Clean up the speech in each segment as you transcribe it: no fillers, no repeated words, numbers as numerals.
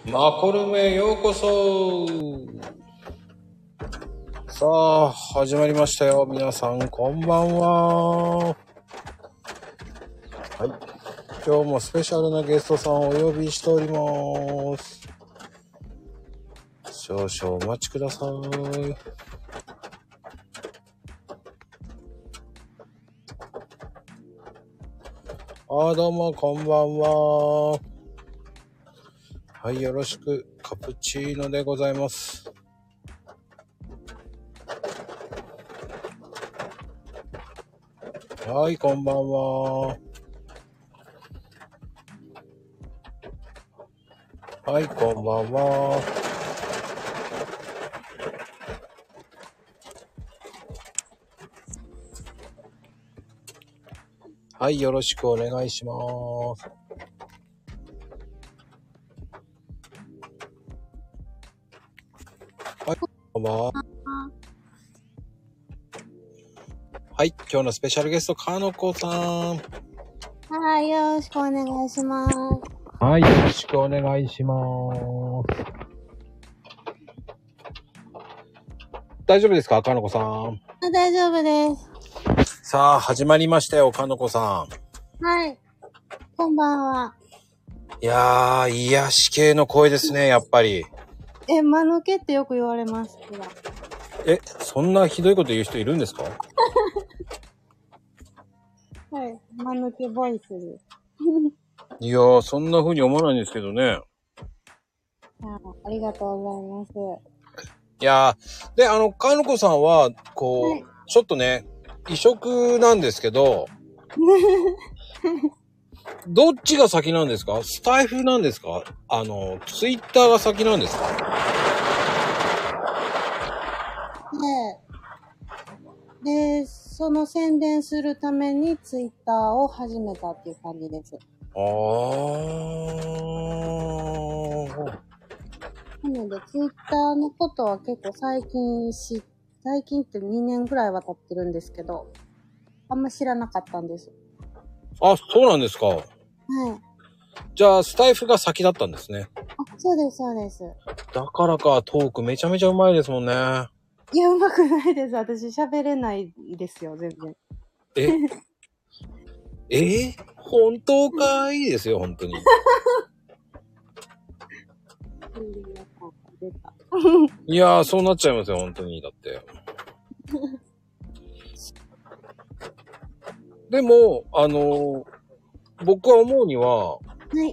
マコルメへようこそ。さあ、始まりましたよ。皆さん、こんばんは。はい。今日もスペシャルなゲストさんをお呼びしております。少々お待ちください。どうも、こんばんは。はい、よろしく。カプチーノでございます。はい、こんばんは。はい、こんばんは。はい、よろしくお願いします。はい、こんばんは。はい、今日のスペシャルゲスト、かのこさん。 はい、よろしくお願いします。 はい、よろしくお願いします。大丈夫ですか、かのこさん。 大丈夫です。 さあ、始まりましたよ、かのこさん。はい。こんばんは。 いやー、癒し系の声ですね、やっぱり。 間抜けってよく言われますけど。 そんなひどいこと言う人いるんですか？ はい、間抜けボイスです。 いやー、そんな風に思わないんですけどね。 ありがとうございます。 いやー、で、かのこさんは、こう、はい、ちょっとね、異色なんですけど、どっちが先なんですか？スタイフなんですか？ツイッターが先なんですか？ で、その宣伝するためにツイッターを始めたっていう感じです。なので、ツイッターのことは結構最近って2年ぐらいは経ってるんですけど、あんま知らなかったんです。 あ、そうなんですか。はい。じゃあ、スタイフが先だったんですね。 そうです、そうです。 だからか、トークめちゃめちゃうまいですもんね。 いや、うまくないです。私喋れないですよ、全然。 本当かいいですよ、本当に。いやー、そうなっちゃいますよ、本当に。だって。でも、僕は思うには、はい。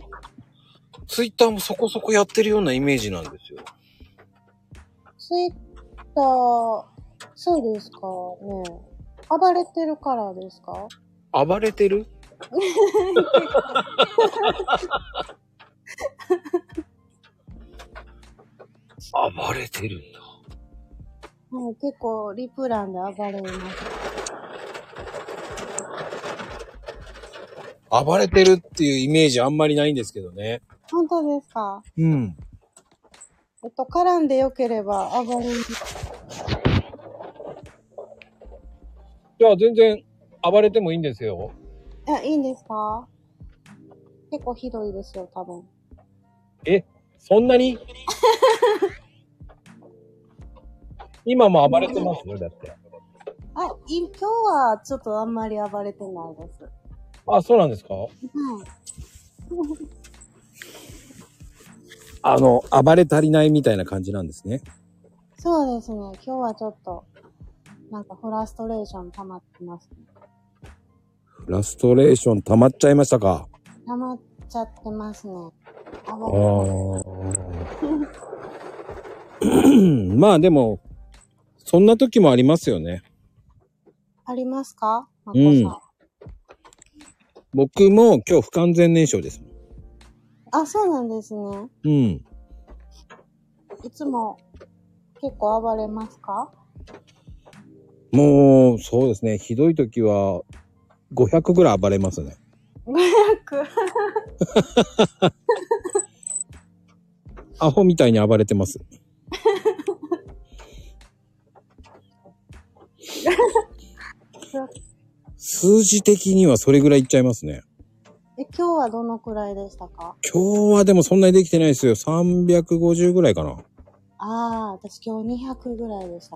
ツイッターもそこそこやってるようなイメージなんですよ。 ツイッター、そうですかね。暴れてるからですか？ 暴れてる？暴れてるんだ。 はい、結構リプランで暴れます。 暴れてるっていうイメージあんまりないんですけどね。 本当ですか？ うん。 絡んでよければ暴れます。 いや、全然暴れてもいいんですよ。 いいんですか？結構ひどいですよ、多分。 そんなに？今も暴れてますよ、だって。 今日はちょっとあんまり暴れてないです。 あ、そうなんですか？はい。暴れ足りないみたいな感じなんですね。 そうですね。今日はちょっと、なんかフラストレーション溜まってますね。 フラストレーション溜まっちゃいましたか？ 溜まっちゃってますね。 まあでも、そんな時もありますよね。 ありますか？まこさん。うん。 僕も今日不完全燃焼です。 そうなんですね。 うん。いつも結構暴れますか？ もう、そうですね。ひどい時は500ぐらい暴れますね。 500？ アホみたいに暴れてます。数字的にはそれぐらいいっちゃいますね。 今日はどのくらいでしたか？ 今日はでもそんなにできてないですよ。350ぐらいかな。 私今日200ぐらいでした。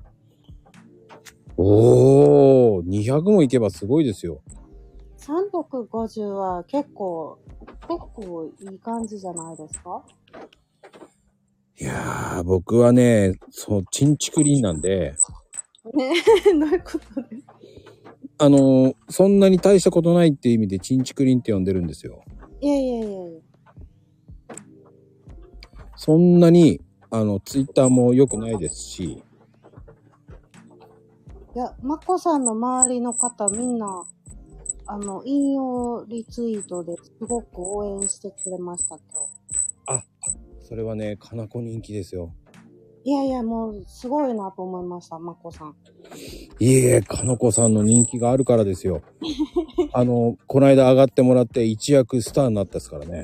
おー、200もいけばすごいですよ。 350は結構いい感じじゃないですか？ いやー、僕はね、チンチクリンなんで。 ねどういうことですか？ そんなに大したことないっていう意味でチンチクリンって呼んでるんですよ。 いや。 そんなに、ツイッターも良くないですし。 いや、まこさんの周りの方みんな、引用リツイートですごく応援してくれました、今日。あ、それはね、かなこ人気ですよ。 いや、もう、すごいなと思いました、まこさん。 いえ、かなこさんの人気があるからですよ。この間上がってもらって一躍スターになったですからね。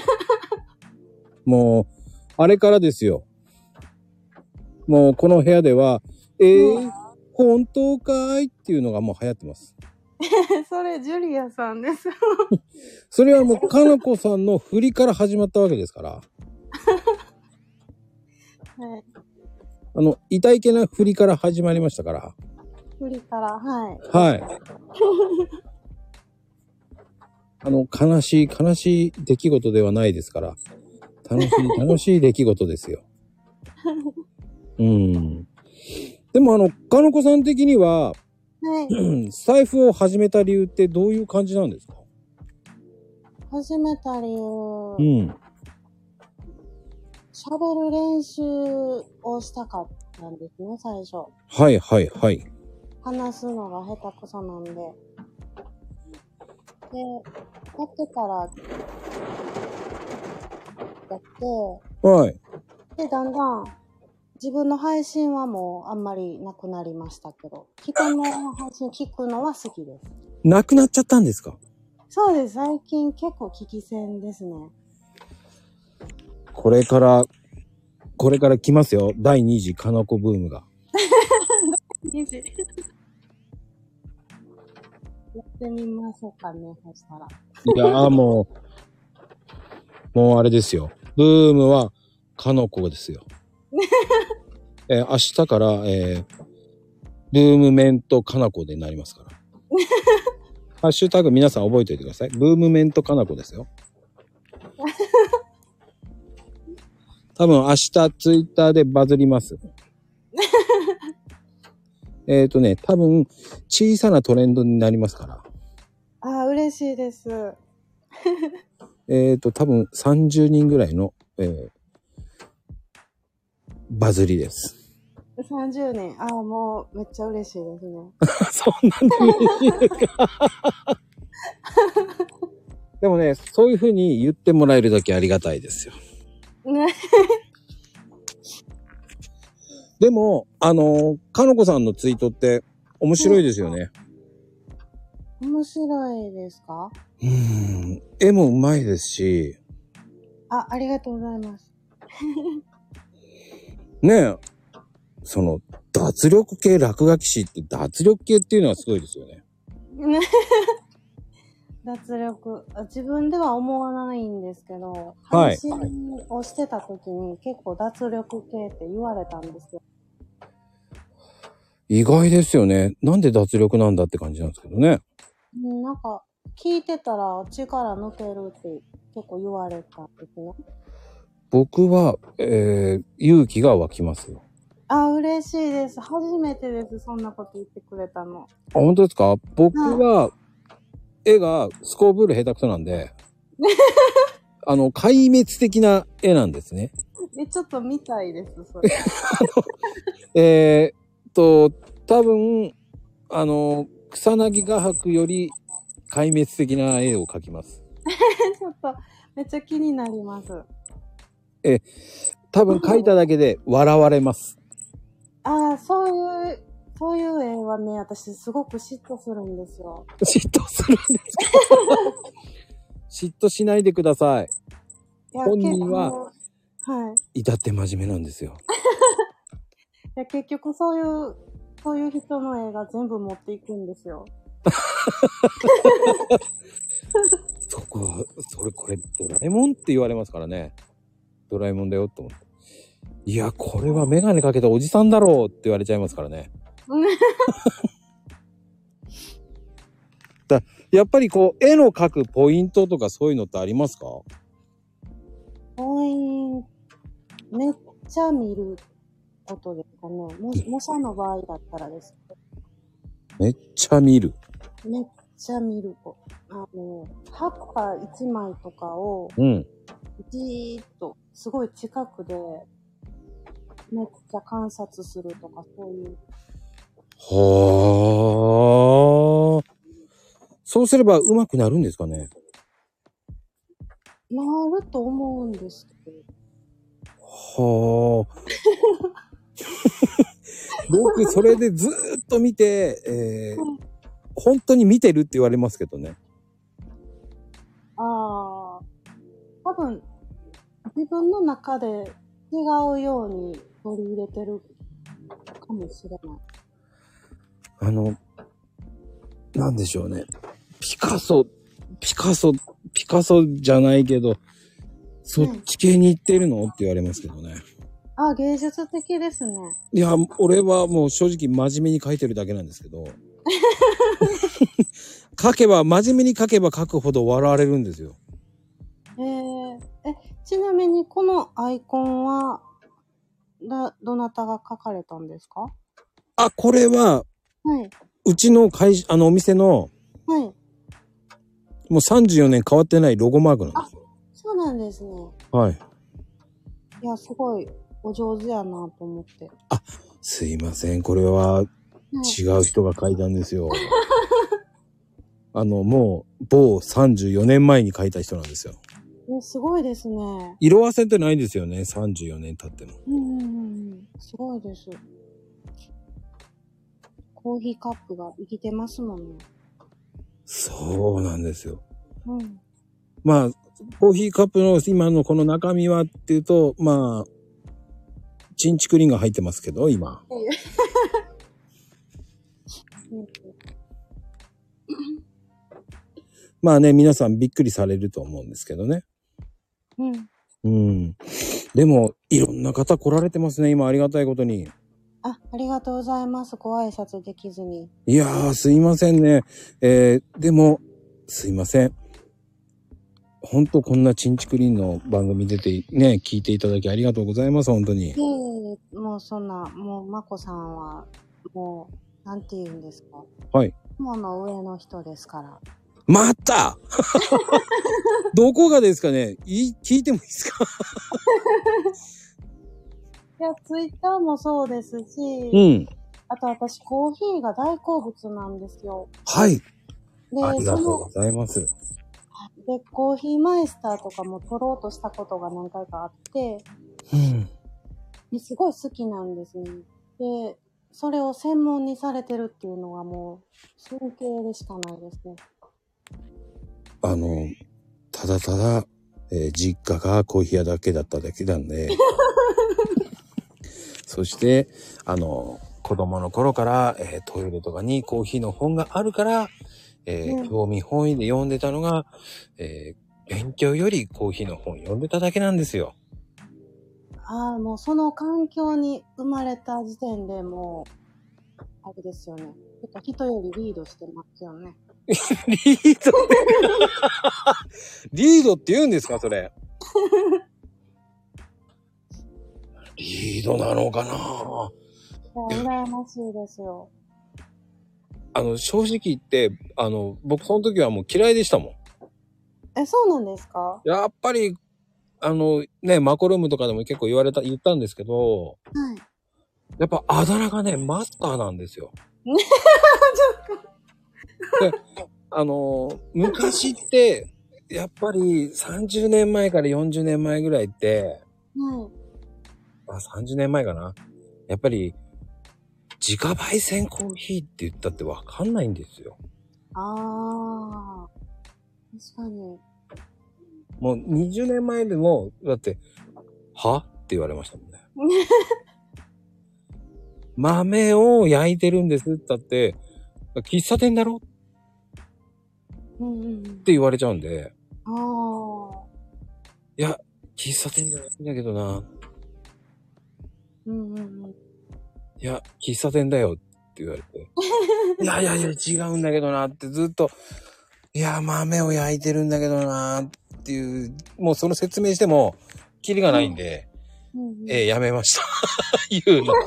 もう、あれからですよ。もう、この部屋では、本当かいっていうのがもう流行ってます。 それ、ジュリアさんです。 それはもう、かなこさんの振りから始まったわけですから。 はい。 痛いけな振りから始まりましたから。 振りから、はい。 はい。悲しい出来事ではないですから。楽しい出来事ですよ。でもかのこさん的には、はい、財布を始めた理由ってどういう感じなんですか？ 始めた理由。喋る練習をしたかったんですね、最初。 はい。 話すのが下手くそなんで。で、やってたら、やって、 はい。 で、だんだん、自分の配信はもうあんまりなくなりましたけど、人の配信聞くのは好きです。 なくなっちゃったんですか？ そうです。最近結構聞き戦ですね。 これから来ますよ。第2次かなこブームが。 2次。やってみましょうかね、そしたら。 いやーもうあれですよ。ブームはかのこですよ。明日から、ブームメントかなこでなりますから。ハッシュタグ皆さん覚えておいてください。ブームメントかなこですよ。多分明日ツイッターでバズります。多分小さなトレンドになりますから。 嬉しいです。 多分30人ぐらいの、バズりです。 30人。もうめっちゃ嬉しいですね。 そんなんで嬉しいですか？でもね、そういう風に言ってもらえるだけありがたいですよ。ね。でも、かのこさんのツイートって面白いですよね。 面白いですか？ 絵もうまいですし。 ありがとうございます。 ねえ、脱力系落書き師って脱力系っていうのはすごいですよね。ね。 脱力。自分では思わないんですけど、 はい。 配信をしてた時に結構脱力系って言われたんですよ。 意外ですよね。なんで脱力なんだって感じなんですけどね。 なんか、聞いてたら力抜けるって結構言われたんですね。僕は、勇気が湧きますよ。 嬉しいです。初めてです。そんなこと言ってくれたの。 本当ですか？僕は、絵がスコーブール下手くそなんで、壊滅的な絵なんですね。 ちょっと見たいです、それ。 多分、草薙画伯より壊滅的な絵を描きます。 ちょっと、めっちゃ気になります。 多分描いただけで笑われます。 そういう絵はね、私すごく嫉妬するんですよ。 嫉妬するんですか？嫉妬しないでください。本人は、至って真面目なんですよ。 いや、結局そういう人の絵が全部持っていくんですよ。 そこれドラえもんって言われますからね。ドラえもんだよと思って。いや、これはメガネかけたおじさんだろうって言われちゃいますからね。やっぱりこう、絵の描くポイントとかそういうのってありますか？ ポイント、めっちゃ見ることですかね。模写の場合だったらですけど。 めっちゃ見る。 めっちゃ見ること。葉っぱ一枚とかを、 うん。 じーっと、すごい近くで、めっちゃ観察するとか、そういう。 はあ。そうすれば上手くなるんですかね？ なると思うんですけど。 はあ。僕、それでずーっと見て、本当に見てるって言われますけどね。 ああ、多分、自分の中で違うように取り入れてるかもしれない。 なんでしょうね。ピカソじゃないけど、そっち系に行ってるのって言われますけどね。 あ、芸術的ですね。 いや、俺はもう正直真面目に描いてるだけなんですけど。真面目に描けば描くほど笑われるんですよ。 ちなみにこのアイコンは、どなたが描かれたんですか？ あ、これは、 はい。 うちのお店の、 はい。 もう34年変わってないロゴマークなんですよ。 そうなんですね。 はい。 いや、すごいお上手やなと思って。 あ、すいません。これは違う人が描いたんですよ。もう、某34年前に描いた人なんですよ。 すごいですね。 色褪せてないですよね。34年経っても。 すごいです。コーヒーカップが生きてますもんね。 そうなんですよ。 うん。 まあ、コーヒーカップの今のこの中身はっていうと、まあ、チンチクリンが入ってますけど、今。まあね、皆さんびっくりされると思うんですけどね。 うん。 うん。でも、いろんな方来られてますね、今ありがたいことに。 ありがとうございます。ご挨拶できずに。 いやー、すいませんね。でも、すいません。ほんとこんなチンチクリンの番組出てね、聞いていただきありがとうございます、本当に。 もうそんな、もうまこさんは、もう、なんて言うんですか。 はい。 雲の上の人ですから。 またどこがですかね？聞いてもいいですか？ いや、ツイッターもそうですし、 うん。 あと私コーヒーが大好物なんですよ。 はい。 で、 ありがとうございます。 で、コーヒーマイスターとかも取ろうとしたことが何回かあって、 うん。 すごい好きなんですね。で、それを専門にされてるっていうのはもう、尊敬でしかないですね。 ただただ、実家がコーヒー屋だけだっただけなんで、そして、子供の頃から、トイレとかにコーヒーの本があるから、興味本位で読んでたのが、勉強よりコーヒーの本読んでただけなんですよ。 もうその環境に生まれた時点でもう、あれですよね。人よりリードしてますよね。 リードリードって言うんですか、それ。リードなのかな？ 羨ましいですよ。 正直言って、僕その時はもう嫌いでしたもん。そうなんですか？ やっぱり、マコルームとかでも結構言ったんですけど、 はい。 やっぱあだ名がね、マスターなんですよ。で、昔って、やっぱり30年前から40年前ぐらいって、30年前かな。やっぱり、自家焙煎コーヒーって言ったってわかんないんですよ。 確かに。 もう20年前でも、だって、はって言われましたもんね。豆を焼いてるんですって言ったって、喫茶店だろって言われちゃうんで。 いや、喫茶店じゃないんだけどな。 うんうんうん。 いや、喫茶店だよって言われて。いやいやいや、違うんだけどなってずっと、いや、豆を焼いてるんだけどなっていう、もうその説明しても、キリがないんで、 うんうん、 やめました。言うの。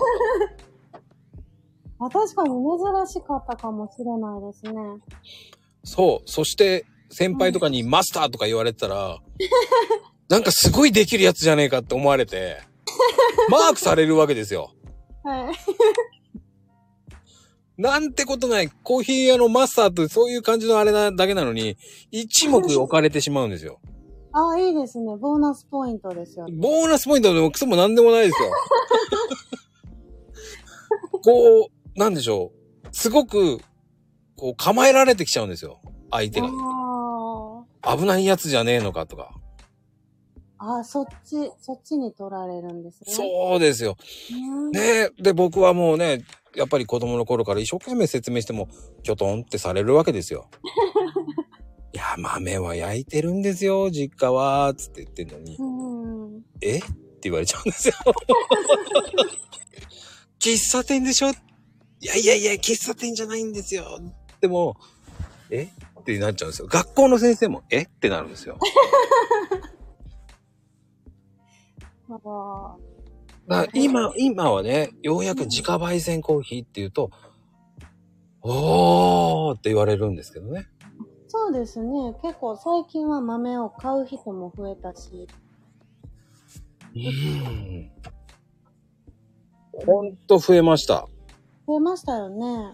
あ、確かに珍しかったかもしれないですね。 そう。そして、先輩とかにマスターとか言われてたら、なんかすごいできるやつじゃねえかって思われて、マークされるわけですよ。 はい。 なんてことない。コーヒー屋のマスターとそういう感じのあれなだけなのに、一目置かれてしまうんですよ。 あ、いいですね。ボーナスポイントですよね。 ボーナスポイントでもクソもなんでもないですよ。こう、なんでしょう。すごく、こう構えられてきちゃうんですよ。相手が。危ないやつじゃねえのかとか。 そっちに取られるんですね。 そうですよ。ねえ。で、僕はもうね、やっぱり子供の頃から一生懸命説明しても、キョトンってされるわけですよ。いや、豆は焼いてるんですよ、実家は、つって言ってんのに。えって言われちゃうんですよ。喫茶店でしょ？いやいやいや、喫茶店じゃないんですよ。でも、ってなっちゃうんですよ。学校の先生も、ってなるんですよ。だ今はね、ようやく自家焙煎コーヒーっていうと、おーって言われるんですけどね。 そうですね。結構最近は豆を買う人も増えたし。 ほんと増えました。 増えましたよね。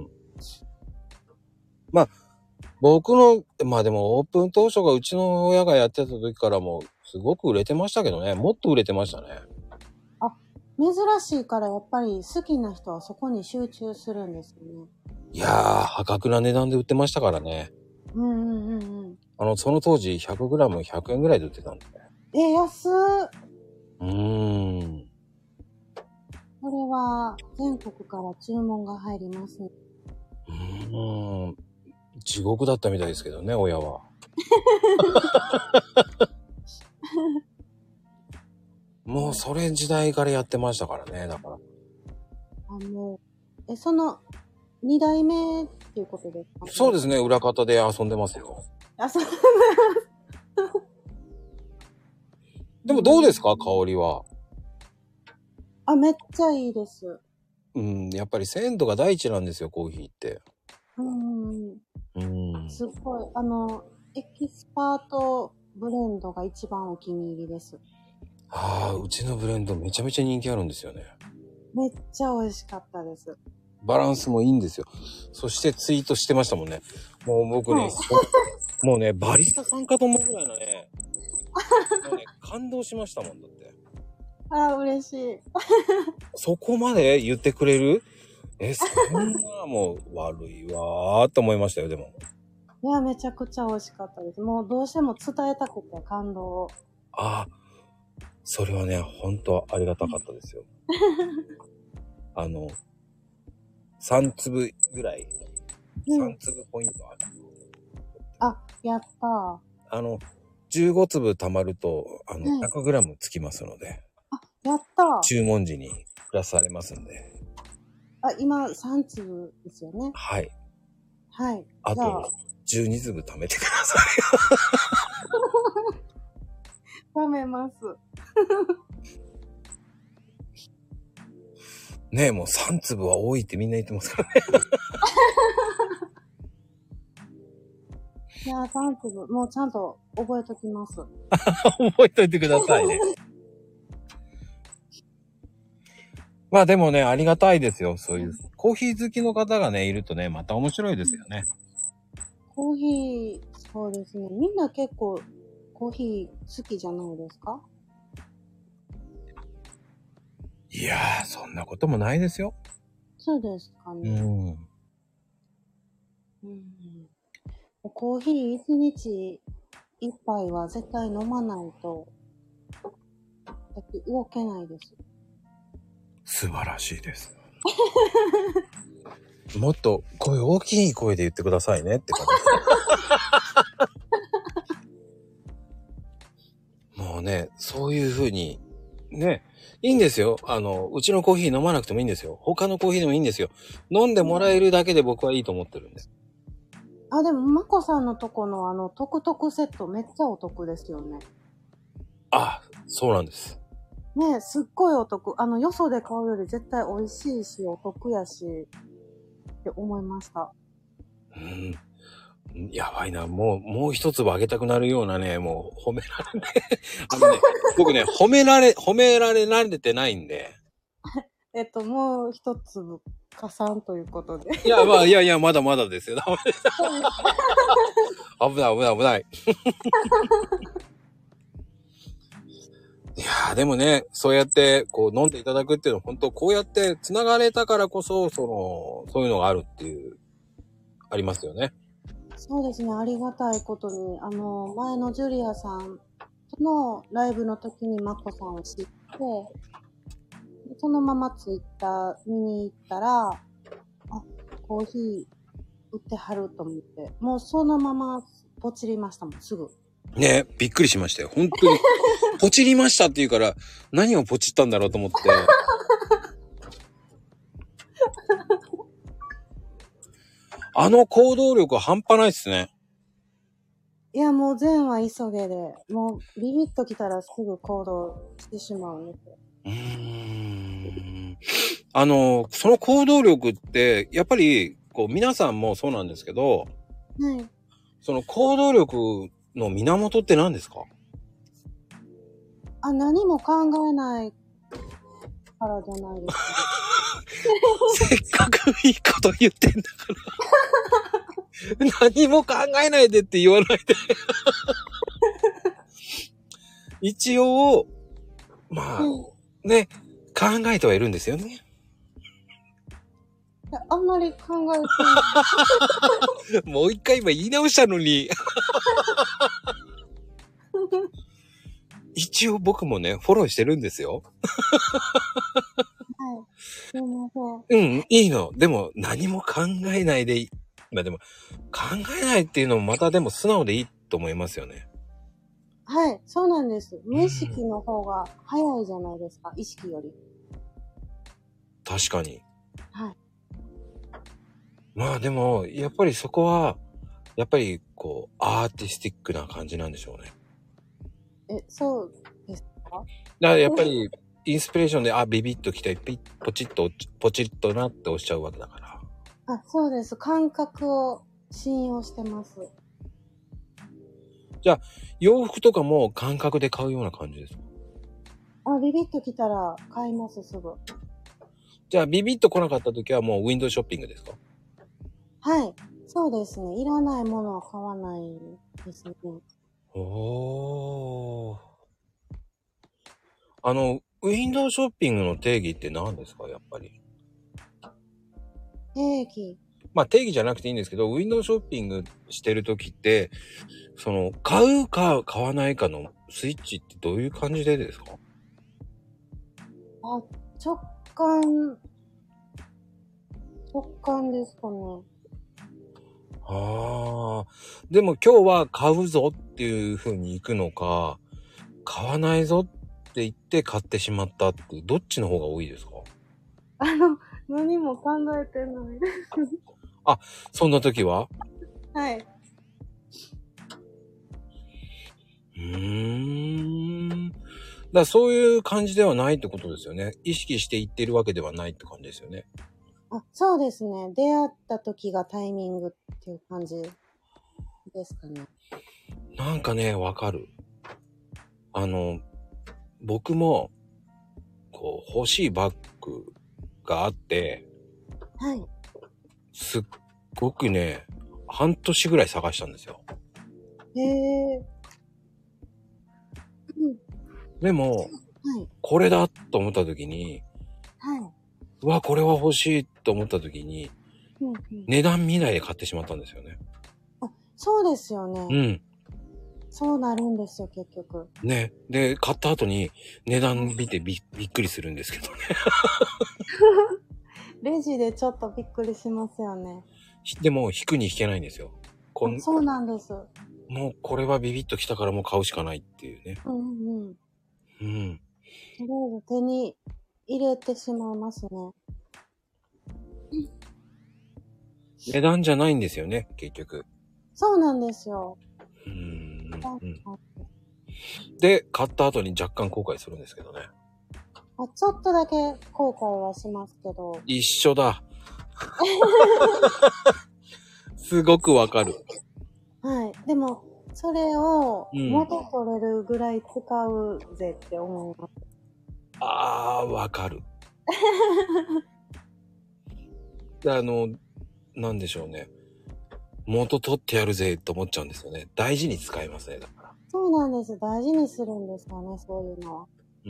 まあ、僕の、まあでもオープン当初がうちの親がやってた時からもすごく売れてましたけどね。もっと売れてましたね。 珍しいからやっぱり好きな人はそこに集中するんですよね。 いやー、破格な値段で売ってましたからね。その当時 100g100 円ぐらいで売ってたんで。 安っ。これは全国から注文が入りますね。 地獄だったみたいですけどね、親は。もうそれ時代からやってましたからね、だから。 その2代目っていうことですか？ そうですね、裏方で遊んでますよ。 遊んでます。 でもどうですか、香りは。 めっちゃいいです。 やっぱり鮮度が第一なんですよ、コーヒーって。 すごい、エキスパートブレンドが一番お気に入りです。 うちのブレンドめちゃめちゃ人気あるんですよね。 めっちゃ美味しかったです。 バランスもいいんですよ。そしてツイートしてましたもんね。もう僕ね、もうね、バリスタさんかと思うぐらいのね、もうね、感動しましたもんだって。 嬉しい。 そこまで言ってくれる？そんなもう悪いわーと思いましたよ、でも。 いや、めちゃくちゃ美味しかったです。もうどうしても伝えたくて感動を。 それはね、本当ありがたかったですよ。3粒ぐらい、3粒ポイントある。 やったー。15粒貯まると、100g つきますので。 やったー。 注文時にプラスされますんで。 今3粒ですよね。 はい。 はい。 あと、12粒貯めてください。 貯めます。 ねえ、もう3粒は多いってみんな言ってますからね。 いや、3粒、もうちゃんと覚えときます。 覚えといてくださいね。まあでもね、ありがたいですよ。そういう、コーヒー好きの方がね、いるとね、また面白いですよね。 コーヒー、そうですね。みんな結構、コーヒー好きじゃないですか？ いやー、そんなこともないですよ。 そうですかね。コーヒー1日1杯は絶対飲まないと、動けないです。 素晴らしいです。もっと声大きい声で言ってくださいねって感じ。もいいんですよ。うちのコーヒー飲まなくてもいいんですよ。他のコーヒーでもいいんですよ。飲んでもらえるだけで僕はいいと思ってるんで。 あ、でも、まこさんのとこのトクトクセットめっちゃお得ですよね。 あ、そうなんです。 ねえ、すっごいお得。よそで買うより絶対美味しいし、お得やし、って思いました。 やばいな。もう一粒あげたくなるようなね、もう褒められない。ね、僕ね、褒められ慣れてないんで。 もう一粒加算ということで。 いや、まだまだですよ。ダメです。危ない。いやー、でもね、そうやって、こう、飲んでいただくっていうのは、本当こうやって繋がれたからこそ、そういうのがあるっていう、ありますよね。 そうですね、ありがたいことに、前のジュリアさんとのライブの時にまこさんを知って、そのままツイッター見に行ったら、あ、コーヒー売ってはると思って、もうそのままポチりましたもん、すぐ。 ね、びっくりしましたよ。本当に。ポチりましたって言うから、何をポチったんだろうと思って。行動力は半端ないっすね。 いや、もう善は急げで、もうビビッときたらすぐ行動してしまうんですよ。 その行動力って、やっぱり、こう、皆さんもそうなんですけど、 はい。 その行動力の源って何ですか？ 何も考えないからじゃないですか。 せっかくいいこと言ってんだから。何も考えないでって言わないで。一応、まあ、ね、考えてはいるんですよね。 あんまり考えてもう一回今言い直したのに。一応僕もね、フォローしてるんですよ。 はい。すいません。 うん、いいの。でも何も考えないでいい。まあでも、考えないっていうのもまたでも素直でいいと思いますよね。 はい、そうなんです。無意識の方が早いじゃないですか、意識より。 確かに。 はい。 まあでも、やっぱりそこは、やっぱりこう、アーティスティックな感じなんでしょうね。 そうですか？ だからやっぱり、インスピレーションで、ビビッときて、ポチッとなって押しちゃうわけだから。 そうです。感覚を信用してます。 じゃあ、洋服とかも感覚で買うような感じですか？ ビビッときたら買います、すぐ。 じゃあ、ビビッと来なかった時はもうウィンドウショッピングですか？ はい。そうですね。いらないものは買わないですね。 おー。ウィンドウショッピングの定義って何ですか、やっぱり。 定義。 まあ定義じゃなくていいんですけど、ウィンドウショッピングしてる時って、買うか買わないかのスイッチってどういう感じでですか？ 直感ですかね。 でも今日は買うぞっていう風に行くのか、買わないぞって言って買ってしまったっていう、どっちの方が多いですか？ 何も考えてない。 そんな時は？ はい。 だからそういう感じではないってことですよね。意識していってるわけではないって感じですよね。 そうですね。出会った時がタイミングっていう感じですかね。 なんかね、わかる。僕も、こう、欲しいバッグがあって、 はい。 すっごくね、半年ぐらい探したんですよ。 へえ。 でも、 はい。 これだと思った時に、 はい。 これは欲しいと思った時に、値段見ないで買ってしまったんですよね。 そうですよね。 うん。 そうなるんですよ、結局。 ね。で、買った後に値段見てびっくりするんですけどね。 レジでちょっとびっくりしますよね。 でも、引くに引けないんですよ。 そうなんです。 もうこれはビビッときたからもう買うしかないっていうね。 うん。 うん。 とりあえず手に入れてしまいますね。 値段じゃないんですよね、結局。 そうなんですよ。 で、買った後に若干後悔するんですけどね。 ちょっとだけ後悔はしますけど。 一緒だ。すごくわかる。 はい。でも、それを元取れるぐらい使うぜって思います。 わかる。なんでしょうね。元取ってやるぜと思っちゃうんですよね。大事に使いますね、だから。 そうなんです。大事にするんですよね、そういうのは。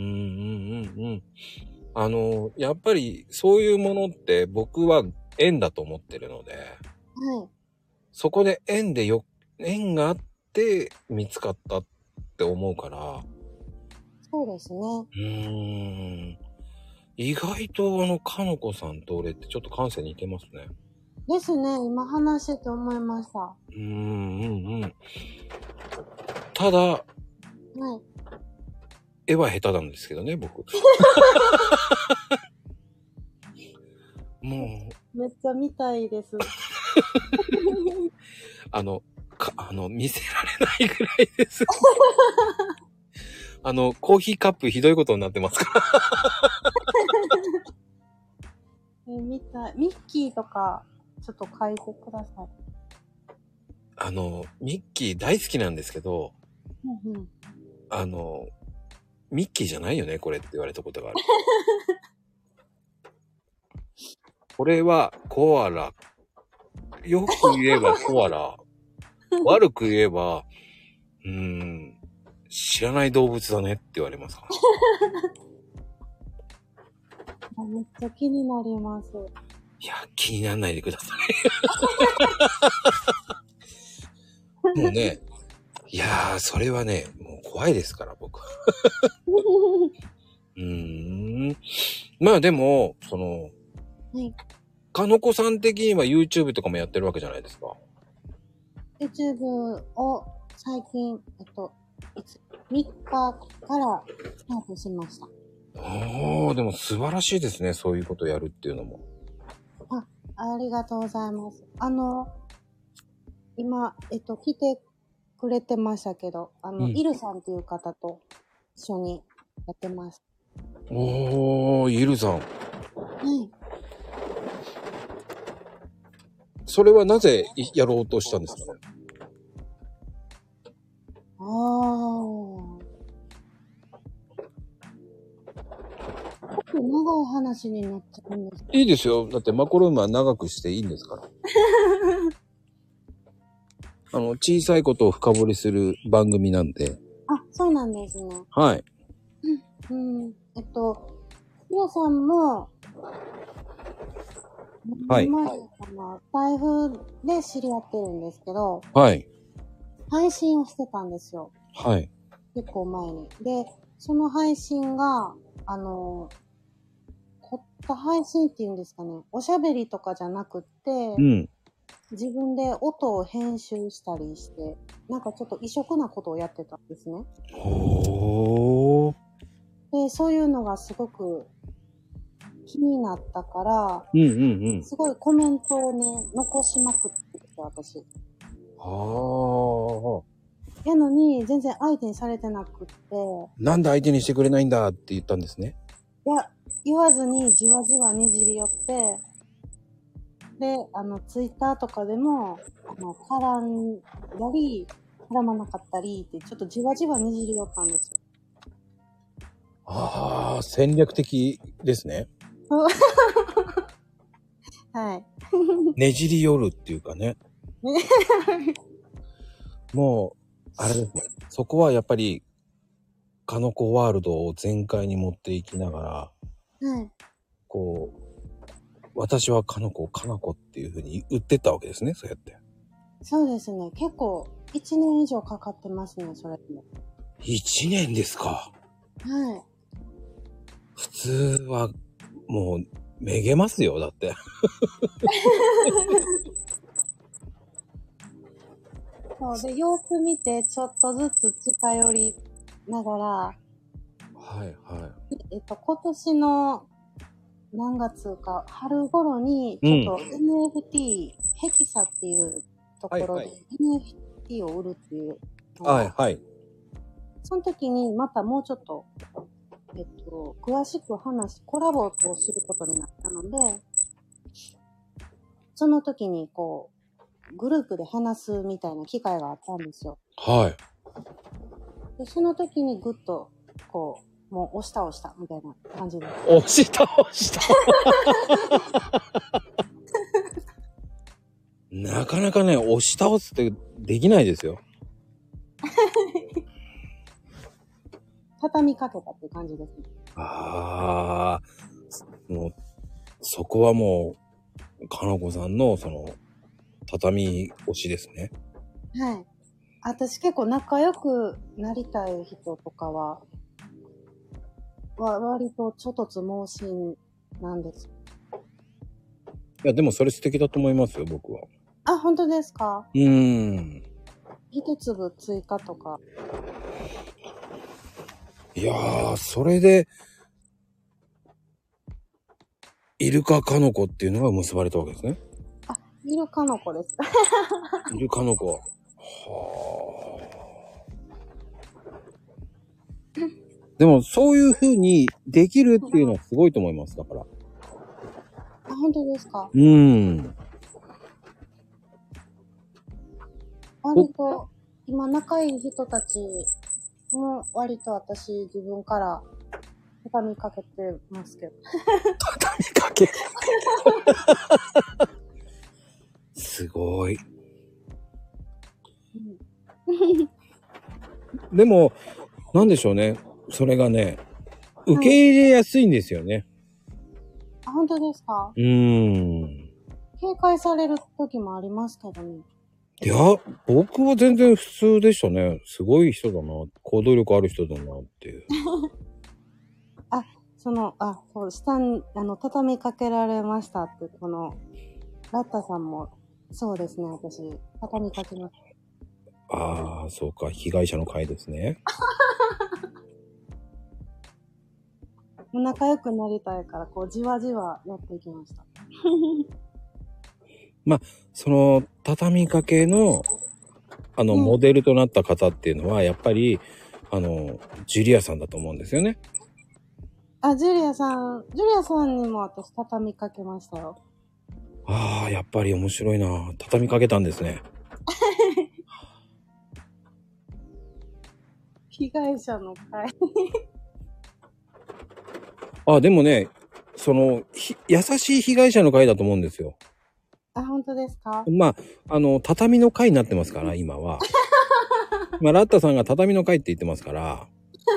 やっぱりそういうものって僕は縁だと思ってるので、 はい。 そこで縁があって見つかったって思うから。 そうですね。 意外とかのこさんと俺ってちょっと感性似てますね。 ですね。今話してて思いました。 ただ、 はい。 絵は下手なんですけどね、僕。もう。めっちゃ見たいです。 見せられないぐらいです。コーヒーカップひどいことになってますから。 見たい。ミッキーとか、ちょっと書いてください。 ミッキー大好きなんですけど、ミッキーじゃないよね、これって言われたことがある。これはコアラ。よく言えばコアラ。悪く言えば、知らない動物だねって言われますから。 めっちゃ気になります。 いや、気にならないでください。もうね、いやー、それはね、もう怖いですから、僕は。まあでも、かのこさん的には YouTube とかもやってるわけじゃないですか。 YouTube を最近、3日からスタートしました。 でも素晴らしいですね。そういうことをやるっていうのも。 ありがとうございます。今、来てくれてましたけど、イルさんっていう方と一緒にやってます。 イルさん。 はい。 それはなぜやろうとしたんですかね。 長い話になっちゃうんです。 いいですよ。だってマコルームは長くしていいんですから。小さいことを深掘りする番組なんで。 そうなんですね。 はい。 ひろさんも、 はい。 台風で知り合ってるんですけど、 はい。 配信をしてたんですよ。 はい。 結構前に。で、その配信が、凝った配信っていうんですかね。おしゃべりとかじゃなくって、自分で音を編集したりして、なんかちょっと異色なことをやってたんですね。で、そういうのがすごく気になったから、すごいコメントをね、残しまくってきて、私。やのに、全然相手にされてなくって。 なんで相手にしてくれないんだって言ったんですね。 いや、言わずにじわじわねじり寄って、で、ツイッターとかでも、絡んだり、絡まなかったりって、ちょっとじわじわねじり寄ったんですよ。 戦略的ですね。 はい。 ねじり寄るっていうかね。もう、あれですね。そこはやっぱり、かのこワールドを全開に持っていきながら、 はい。 こう、私はかのこっていう風に言ってったわけですね、そうやって。 そうですね。結構、1年以上かかってますね、それも。 1年ですか。 はい。 普通は、もう、めげますよ、だって。 そうで、様子見て、ちょっとずつ近寄りながら、 はいはい。 今年の何月か、春頃に、ちょっと NFT、ヘキサっていうところで、 はいはい、 NFT を売るっていうのが、 はいはい。 その時にまたもうちょっと、詳しくコラボをすることになったので、その時にこう、グループで話すみたいな機会があったんですよ。 はい。 で、その時にぐっと、こう、もう押し倒したみたいな感じです。 押し倒した。なかなかね、押し倒すってできないですよ。 畳みかけたっていう感じですね。 ああ、もう、そこはもう、かなこさんの、畳押しですね。 はい。私結構仲良くなりたい人とかは、割とちょっとつ盲信なんです。 いや、でもそれ素敵だと思いますよ、僕は。 あ、本当ですか？ 一粒追加とか。 いやー、それで、イルカカノコっていうのが結ばれたわけですね。 あ、イルカの子です。 イルカノコ。はあ。でも、そういう風にできるっていうのはすごいと思います、だから。 あ、本当ですか？割と、今仲いい人たちも割と私自分から畳みかけてますけど。 畳みかけすごい。でも、なんでしょうね。それがね、受け入れやすいんですよね。 あ、本当ですか？警戒される時もありますけどね。 いや、僕は全然普通でしたね。すごい人だな。行動力ある人だなっていう。 そう、下に、畳みかけられましたって、ラッタさんも、そうですね、私、畳みかけます。 ああ、そうか。被害者の会ですね。 仲良くなりたいから、こう、じわじわやっていきました。 まあ、畳みかけの、モデルとなった方っていうのは、やっぱり、ジュリアさんだと思うんですよね。 あ、ジュリアさんにも私畳みかけましたよ。 ああ、やっぱり面白いな。畳みかけたんですね。 被害者の会。 あ、でもね、優しい被害者の会だと思うんですよ。 あ、本当ですか？ まあ、畳の会になってますから、今は。まあ、ラッタさんが畳の会って言ってますから。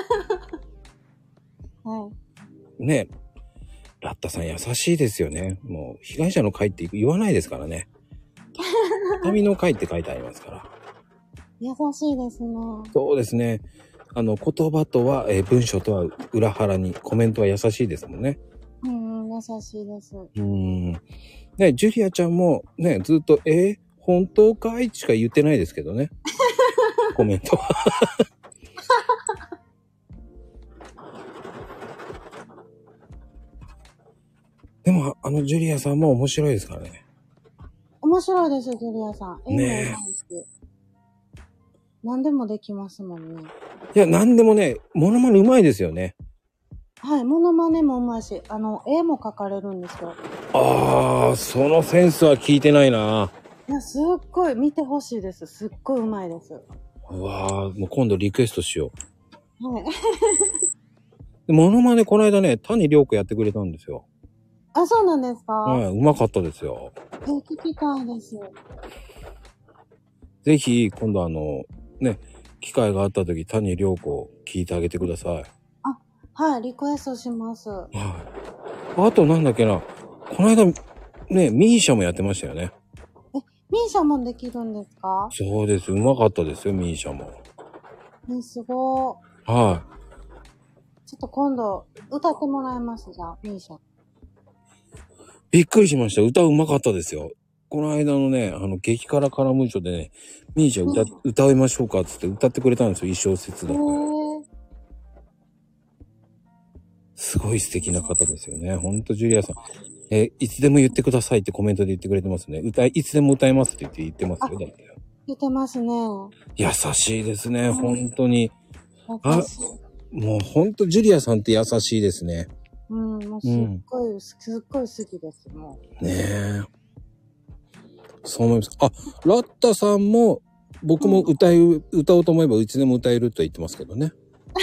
はい。 ね、ラッタさん優しいですよね。もう、被害者の会って言わないですからね。畳の会って書いてありますから。 優しいですね。 そうですね。言葉とは、文章とは裏腹に、コメントは優しいですもんね。 優しいです。 ね、ジュリアちゃんもね、ずっと、本当かいしか言ってないですけどね。コメントは。でも、ジュリアさんも面白いですからね。 面白いです、ジュリアさん。 ねえ。何でもできますもんね。 いや、何でもね、モノマネ上手いですよね。 はい、モノマネも上手いし、絵も描かれるんですよ。 ああ、そのセンスは聞いてないな。 いや、すっごい見てほしいです。すっごい上手いです。 うわー、もう今度リクエストしよう。はい。 モノマネこの間ね、谷涼子やってくれたんですよ。 あ、そうなんですか？ はい、上手かったですよ。 聞きたいです。 ぜひ、今度ね、機会があった時、谷涼子聞いてあげてください。 あ、はい、リクエストします。はい。 あとなんだっけな、この間、ね、ミーシャもやってましたよね。 ミーシャもできるんですか？ そうです。上手かったですよ、ミーシャも。 すごー。はい。 ちょっと今度、歌ってもらいます、じゃあ、ミーシャ。 びっくりしました。歌上手かったですよ。この間のね、激辛カラムーチョでね、ミーシャ歌いましょうかっつって歌ってくれたんですよ、一小節だけ。 すごい素敵な方ですよね。ほんとジュリアさん。いつでも言ってくださいってコメントで言ってくれてますね。いつでも歌いますって言ってますよ。だって言ってますね。 優しいですね。本当に。 優しい。 もう本当ジュリアさんって優しいですね。 うん、もうすっごい好きです、もう。 ねえ。そう思います。あ、ラッタさんも、僕も歌おうと思えばいつでも歌えると言ってますけどね。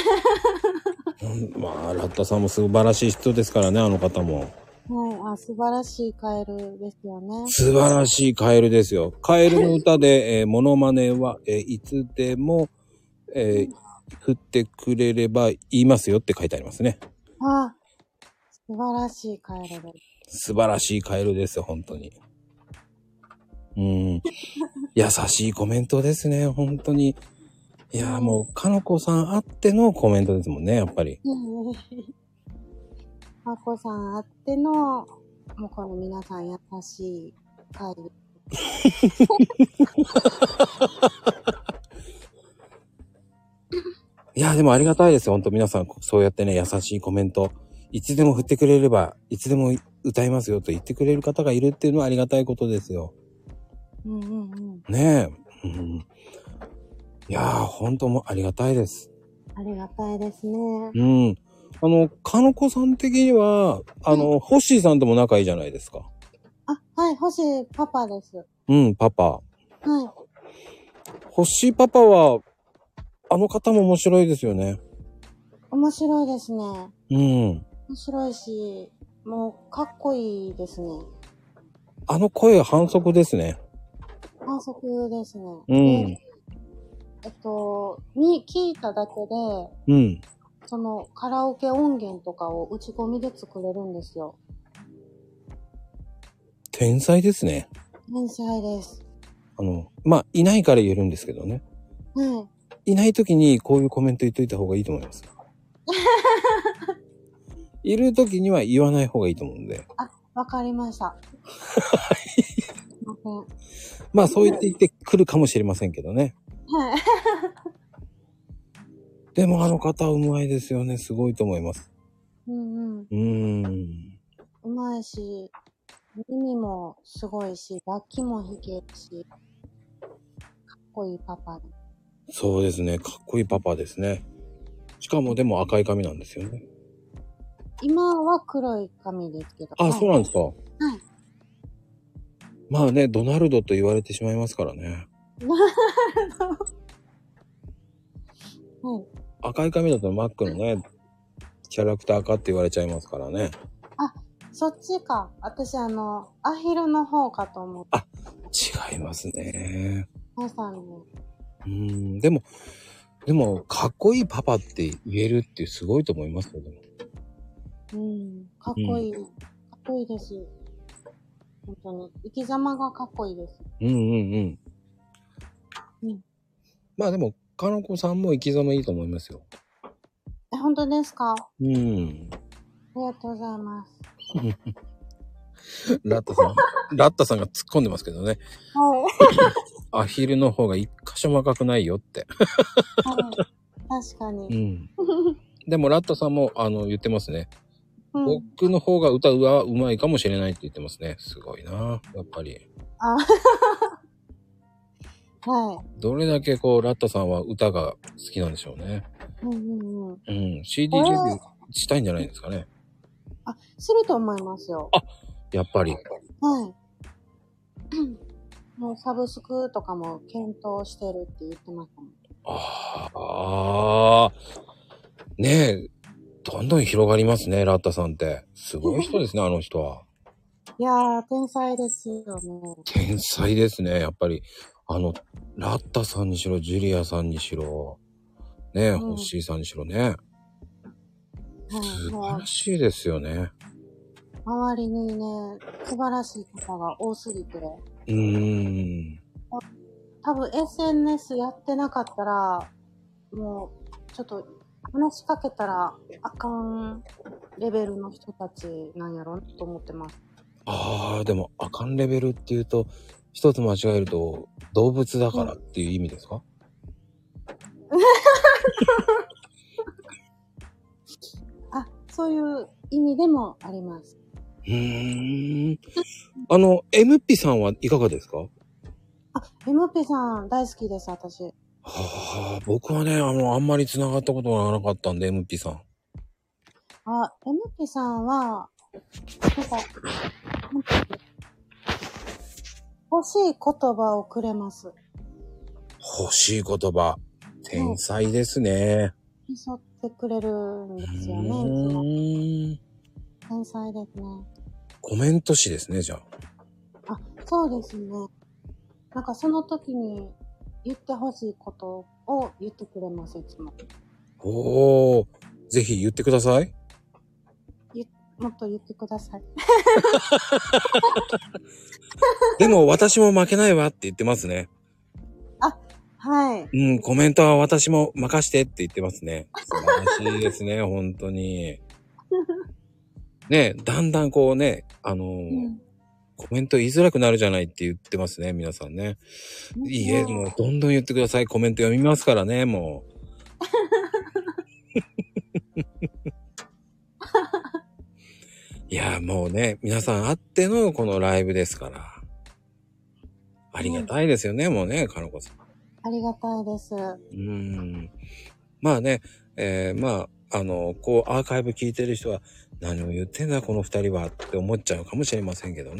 まあ、ラッタさんも素晴らしい人ですからね、あの方も。 はい、素晴らしいカエルですよね。 素晴らしいカエルですよ。カエルの歌で、モノマネは、いつでも、振ってくれれば言いますよって書いてありますね。 素晴らしいカエルです。 素晴らしいカエルですよ、本当に。優しいコメントですね、本当に。いや、もう、かのこさんあってのコメントですもんね、やっぱり。 まこさんあっての、もうこの皆さん優しいカエル。 いや、でもありがたいですよ、本当皆さん、そうやってね、優しいコメント。いつでも振ってくれれば、いつでも歌いますよと言ってくれる方がいるっていうのはありがたいことですよ。ねえ。いやー、本当もありがたいです。 ありがたいですね。 かのこさん的には、ホッシーさんとも仲いいじゃないですか。 はい、ホッシーパパです。 パパ。 はい。 ホッシーパパは、あの方も面白いですよね。 面白いですね。面白いし、もうかっこいいですね。 あの声反則ですね。 反則ですね。聞いただけで、そのカラオケ音源とかを打ち込みで作れるんですよ。 天才ですね。 天才です。 まあ、いないから言えるんですけどね。 はい。 いないときにこういうコメント言っといた方がいいと思います。いるときには言わない方がいいと思うんで。 わかりました。はい。 まあ、そう言ってくるかもしれませんけどね。 はい。 でもあの方うまいですよね。すごいと思います。うまいし、耳もすごいし、楽器も弾けるし、かっこいいパパ。 そうですね。かっこいいパパですね。しかもでも赤い髪なんですよね。 今は黒い髪ですけど。 そうなんですか。はい。まあね、ドナルドと言われてしまいますからね。赤い髪だとマックのね、キャラクターかって言われちゃいますからね。 そっちか。私アヒルの方かと思って。 違いますね。 まさに。 でも、かっこいいパパって言えるってすごいと思いますよ、でも。 かっこいい。かっこいいです。本当に。生き様がかっこいいです。 まあでも、かのこさんも生き様いいと思いますよ。 本当ですか？ありがとうございます。 ラッタさんが突っ込んでますけどね。はい。アヒルの方が一箇所も赤くないよって。 はい。確かに。 でもラッタさんも言ってますね。僕の方が歌はうまいかもしれないって言ってますね。すごいな、やっぱり。はい。どれだけラッタさんは歌が好きなんでしょうね。CD レビューしたいんじゃないですかね。 すると思いますよ。 やっぱり。 はい。もうサブスクとかも検討してるって言ってましたもん。 ねえ、どんどん広がりますね、ラッタさんって。すごい人ですね、あの人は。 いやー、天才ですよね。 天才ですね、やっぱり。ラッタさんにしろ、ジュリアさんにしろ、ねえ、ホッシーさんにしろね。素晴らしいですよね。 周りにね、素晴らしい方が多すぎて。多分 SNS やってなかったら、もう、ちょっと、話しかけたらあかんレベルの人たちなんやろと思ってます。 でも、あかんレベルっていうと、一つ間違えると、動物だからっていう意味ですか？ そういう意味でもあります。 MP さんはいかがですか？ MP さん大好きです、私。 はあ、僕はね、あんまり繋がったことがなかったんで、MP さん。 MP さんは、なんか、欲しい言葉をくれます。 欲しい言葉。天才ですね。 誘ってくれるんですよね、いつも。天才ですね。 コメント詞ですね、じゃあ。そうですね。なんかその時に言ってほしいことを言ってくれます、いつも。 おー、ぜひ言ってください。 もっと言ってください。 でも私も負けないわって言ってますね。 はい。 うん、コメントは私も任してって言ってますね。素晴らしいですね、本当に。ね、だんだんこうね、コメント言いづらくなるじゃないって言ってますね、皆さんね。いいえ、もうどんどん言ってください。コメント読みますからね、もう。いや、もうね、皆さんあってのこのライブですから。ありがたいですよね、もうね、かのこさん。 ありがたいです。 まあね、こうアーカイブ聞いてる人は、何を言ってんだこの二人はって思っちゃうかもしれませんけどね。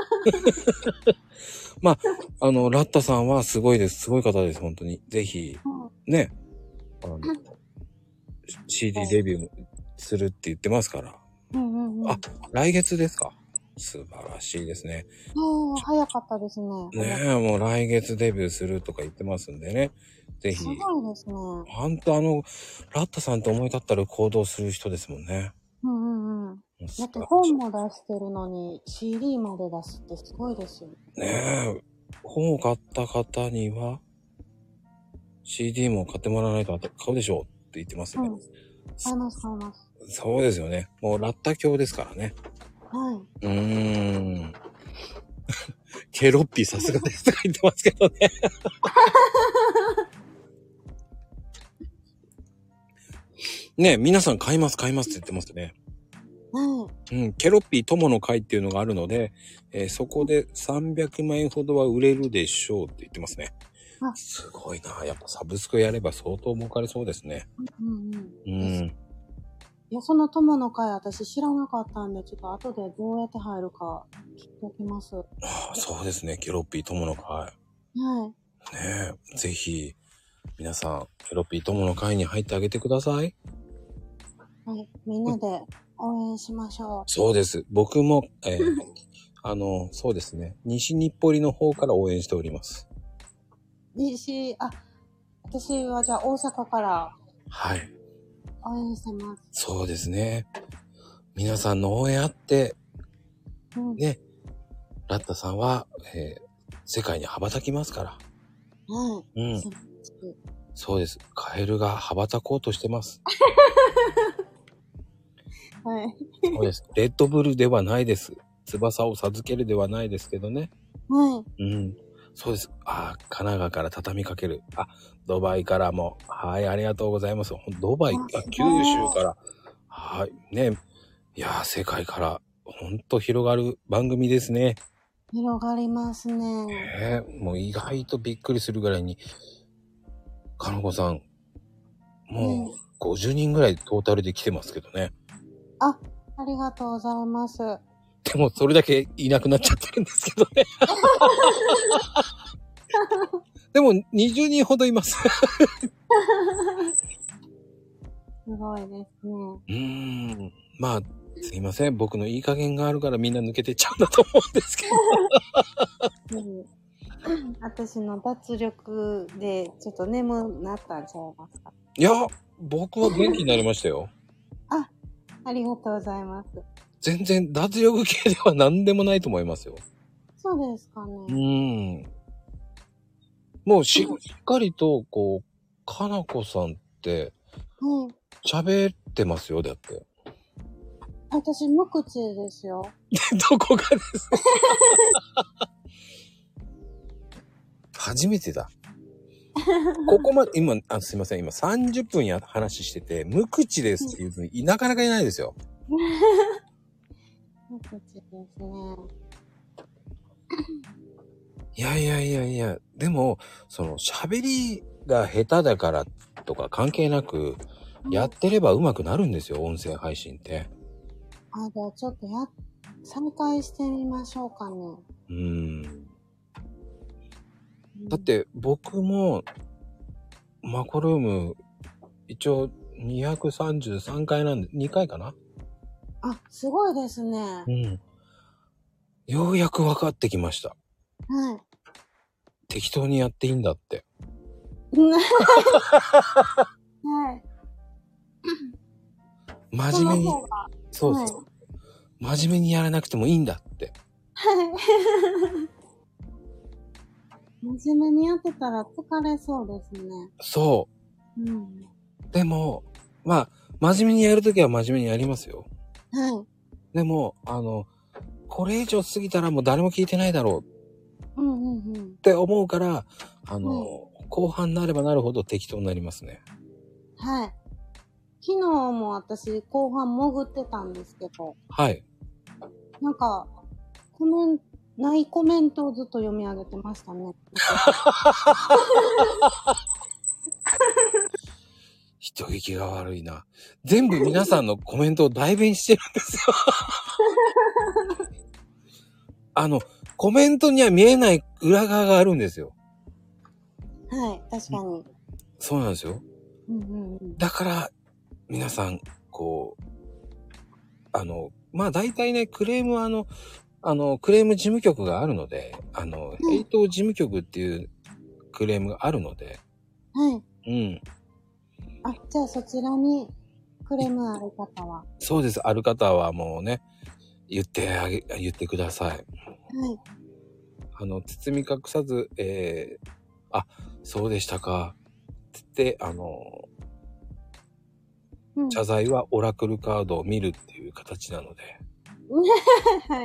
まあ、ラッタさんはすごいです。すごい方です、本当に。ぜひ、ね、CD デビューするって言ってますから。来月ですか？素晴らしいですね。 早かったですね。 ねえ、もう来月デビューするとか言ってますんでね。ぜひ。すごいですね。 ほんとラッタさんって思い立ったら行動する人ですもんね。 だって本も出してるのに CD まで出すってすごいですよね。ねえ、本を買った方には CD も買ってもらわないと買うでしょうって言ってますね。 買います。 そうですよね。もうラッタ教ですからね。 はい。 ケロッピーさすがですとか言ってますけどね。ね、皆さん買いますって言ってますね。ケロッピー友の会っていうのがあるので、そこで300万円ほどは売れるでしょうって言ってますね。すごいな。やっぱサブスクやれば相当儲かりそうですね。 いや、その友の会私知らなかったんで、ちょっと後でどうやって入るか聞いておきます。 そうですね。ケロッピー友の会。ねえ、ぜひ、皆さん、ケロッピー友の会に入ってあげてください。 はい、みんなで応援しましょう。 そうです。僕も、そうですね。西日暮里の方から応援しております。 私はじゃあ大阪から。 はい。 応援してます。 そうですね。皆さんの応援あって、ね、ラッタさんは、世界に羽ばたきますから。そうです。カエルが羽ばたこうとしてます。 はい。 そうです。レッドブルではないです。翼を授けるではないですけどね。そうです。神奈川から畳みかける。ドバイからも。はい、ありがとうございます。ドバイ、九州から。はい、ね。いやー、世界から、ほんと広がる番組ですね。 広がりますね。 もう意外とびっくりするぐらいに、かのこさん、もう50人ぐらいトータルで来てますけどね。 ありがとうございます。 でも、それだけいなくなっちゃってるんですけどね。でも、20人ほどいます。 すごいですね。 まあ、すいません。僕のいい加減があるからみんな抜けてっちゃうんだと思うんですけど。 私の脱力でちょっと眠なったんちゃいますか？ いや、僕は元気になりましたよ。 ありがとうございます。 全然脱力系では何でもないと思いますよ。 そうですかね。 もうしっかりと、こう、かなこさんって、喋ってますよ、だって。 私、無口ですよ。 どこがですか？初めてだ。 ここまで、今、すいません、今30分話してて、無口ですっていうのになかなかいないですよ。 無口ですね。 いや、でも、その喋りが下手だからとか関係なく、やってれば上手くなるんですよ、音声配信って。 じゃあちょっと再開してみましょうかね。 だって僕もマコルーム一応233回なんで2回かな。 すごいですね。 ようやく分かってきました。 はい。 適当にやっていいんだって。 はい。 真面目に、そう、 はい、 真面目にやらなくてもいいんだって。 はい。真面目にやってたら疲れそうですね。 そう。でも、まあ、真面目にやるときは真面目にやりますよ。 はい。 でも、これ以上過ぎたらもう誰も聞いてないだろう。って思うから、後半になればなるほど適当になりますね。 はい。昨日も私後半潜ってたんですけど。 はい。 なんか、ないコメントをずっと読み上げてましたね。 人聞きが悪いな。全部皆さんのコメントを代弁してるんですよ。コメントには見えない裏側があるんですよ。 はい、確かに。 そうなんですよ。だから、皆さん、こう、まあ大体ね、クレームはクレーム事務局があるので、ヘイト事務局っていうクレームがあるので。 はい。じゃあそちらにクレームある方は。 そうです。ある方はもうね、言ってください。はい。包み隠さず、そうでしたか。つって、謝罪はオラクルカードを見るっていう形なので。 はい。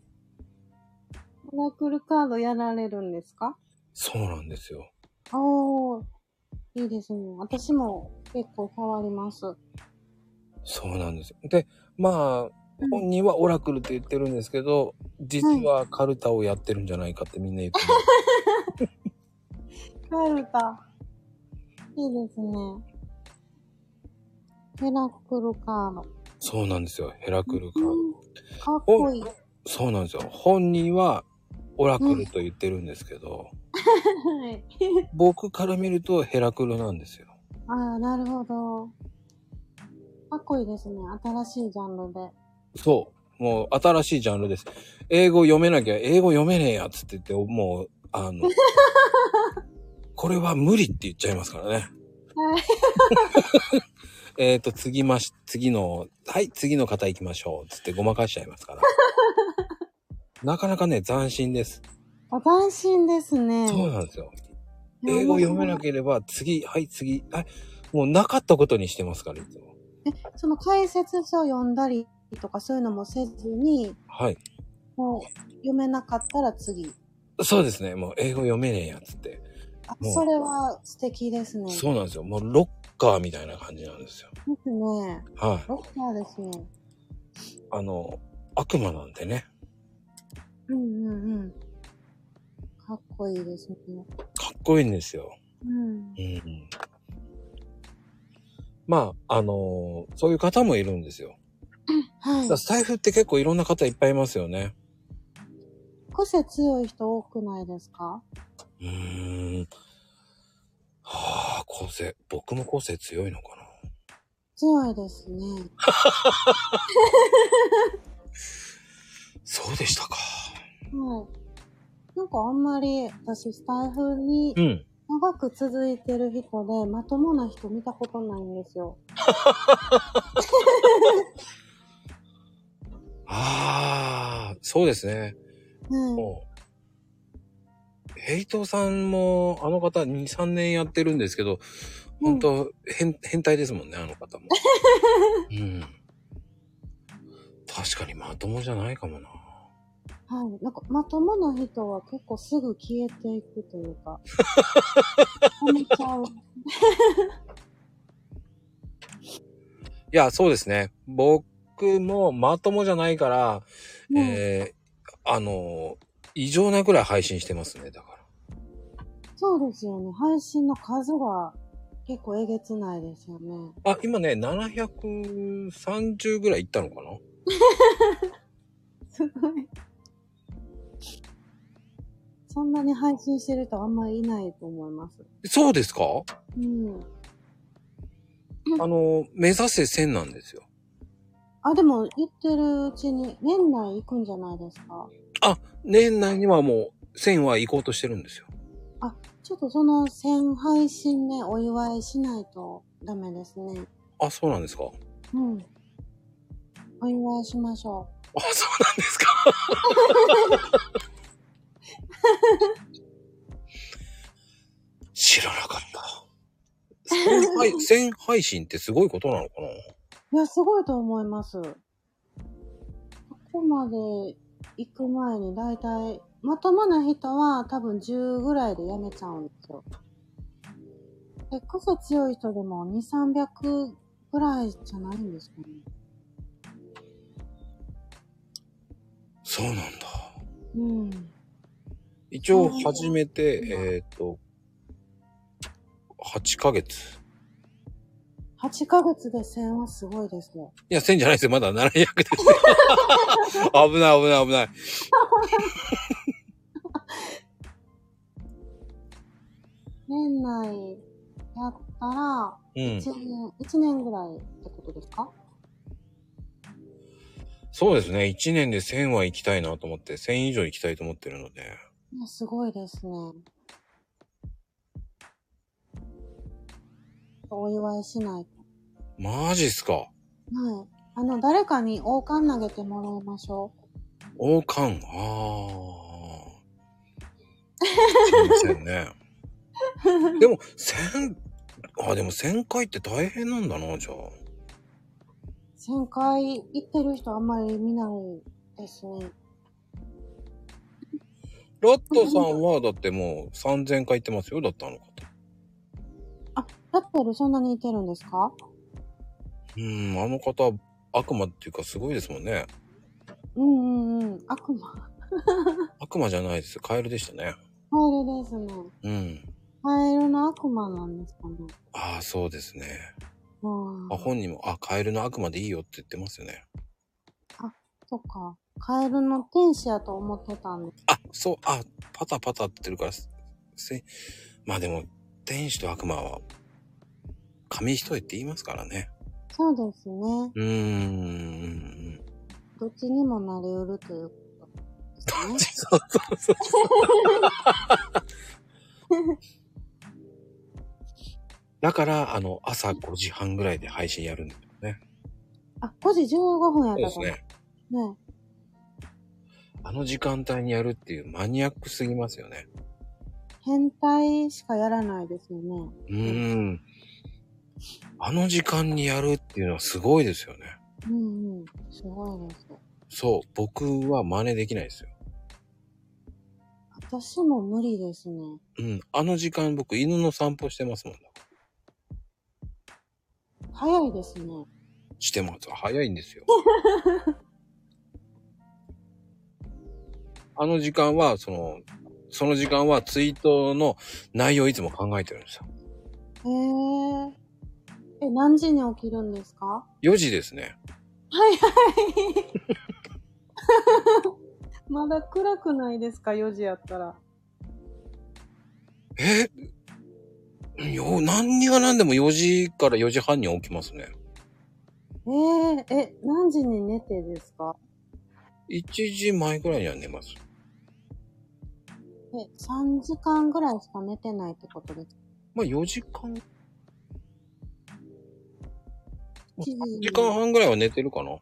オラクルカードやられるんですか？ そうなんですよ。 いいですね。私も結構触ります。 そうなんですよ。で、まあ、本人はオラクルって言ってるんですけど、実はカルタをやってるんじゃないかってみんな言ってます。 カルタ。いいですね。ヘラクルカード。 そうなんですよ。ヘラクルカード。 かっこいい。 そうなんですよ。本人はオラクルと言ってるんですけど、はい、僕から見るとヘラクルなんですよ。 なるほど。かっこいいですね。新しいジャンルで。 そう。もう新しいジャンルです。英語読めなきゃ、英語読めねえやつって言って、もう、これは無理って言っちゃいますからね。はい。次の方行きましょう。つってごまかしちゃいますから。なかなかね、斬新です。 斬新ですね。 そうなんですよ。英語読めなければ、次。もうなかったことにしてますから、いつも。 その解説書を読んだりとかそういうのもせずに、 はい。 もう読めなかったら次。 そうですね。もう英語読めねえやつって。 それは素敵ですね。 そうなんですよ。もうロッカーみたいな感じなんですよ。 ですね。 はい。 ロッカーですね。 悪魔なんでね。 かっこいいですね。 かっこいいんですよ。まあ、そういう方もいるんですよ。はい。スタイフって結構いろんな方いっぱいいますよね。 個性強い人多くないですか？ 僕も個性強いのかな？ 強いですね。 そうでしたか。 はい。なんかあんまり私スタイフに長く続いてる人でまともな人見たことないんですよ。 そうですね。ヘイトさんもあの方2、3年やってるんですけど、本当変態ですもんね、あの方も。確かにまともじゃないかもな。 はい。なんか、まともな人は結構すぐ消えていくというか、冷めちゃう。 いや、そうですね。僕もまともじゃないから、 うん。 異常なくらい配信してますね、だから。 そうですよね。配信の数が結構えげつないですよね。 あ、今ね、730ぐらいいったのかな？ すごい。そんなに配信してる人あんまりいないと思います。 そうですか？ うん。 目指せ1000なんですよ。 あ、でも言ってるうちに年内行くんじゃないですか？ あ、年内にはもう1000は行こうとしてるんですよ。 あ、ちょっとその1000配信ね、お祝いしないとダメですね。 あ、そうなんですか？ うん。お祝いしましょあ、そうなんですか？知らなかった。1000配信ってすごいことなのかな？ う。いや、すごいと思います。ここまで行く前にだいたい、まともな人は多分10ぐらいでやめちゃうんですよ。で、癖強い人でも2、300ぐらいじゃないんですかね。 そうなんだ。 うん。 一応始めて、8ヶ月。 8ヶ月で1000はすごいですよ。 いや、1000じゃないですよ。まだ700ですよ。危ない危ない危ない。 年内やったら、 うん。 1年ぐらいってことですか？ そうですね。1年で1000は行きたいなと思って、1000以上行きたいと思ってるので。 ね、すごいですね。お祝いしないと。 マジっすか？ はい。誰かに王冠投げてもらいましょ王冠。すいませんね。でも、でも1000回って大変なんだな、じゃあ。 う。1000回行ってる人あんまり見ないですね。 ラットさんはだってもう3000回行ってますよ。だってあの方。 あ、ラットルそんなにいてるんですか？ あの方、悪魔っていうかすごいですもんね。 うんうんうん。悪魔。 悪魔じゃないですよ。カエルでしたね。 カエルですね。 うん。 カエルの悪魔なんですかね。 ああ、そうですね。 あ本人も、カエルの悪魔でいいよって言ってますよね。 あ、そっか。カエルの天使やと思ってたんです。 そう、パタパタって言ってるから、まあでも、天使と悪魔は、紙一重って言いますからね。 そうですね。どっちにもなり得るということですね。 そうそうそう。だから、朝5時半ぐらいで配信やるんだよね。 あ、5時15分やったかな。 そうですね。 ね。 あの時間帯にやるっていうマニアックすぎますよね。 変態しかやらないですよね。 あの時間にやるっていうのはすごいですよね。 うんうん。すごいです。 そう、僕は真似できないですよ。 私も無理ですね。 あの時間僕犬の散歩してますもんだ。 早いですね。 してます。早いんですよ。あの時間は、その時間はツイートの内容をいつも考えてるんですよ。 何時に起きるんですか 4時ですね。 はいはい。まだ暗くないですか ?4 時やったら。 何が何でも4時から4時半に起きますね。 何時に寝てですか 1時前ぐらいには寝ます。 3時間ぐらいしか寝てないってことですか？ まあ4時間、 7 3 時時間半ぐらいは寝てるかな。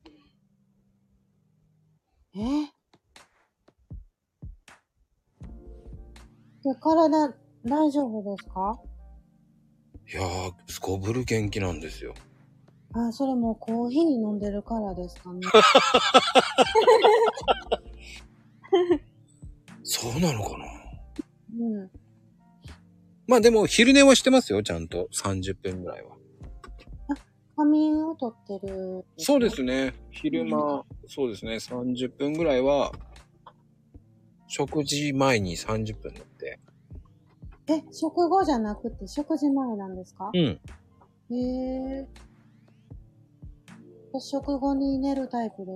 で、体大丈夫ですか？ いやー、すこぶる元気なんですよ。 それもうコーヒー飲んでるからですかね。 そうなのかな。 うん。 まあでも昼寝はしてますよ、ちゃんと。30分ぐらいは。 仮眠をとってる。 そうですね。昼間、そうですね。30分ぐらいは、食事前に30分乗って。 食後じゃなくて食事前なんですか？ うん。 へえ。食後に寝るタイプです。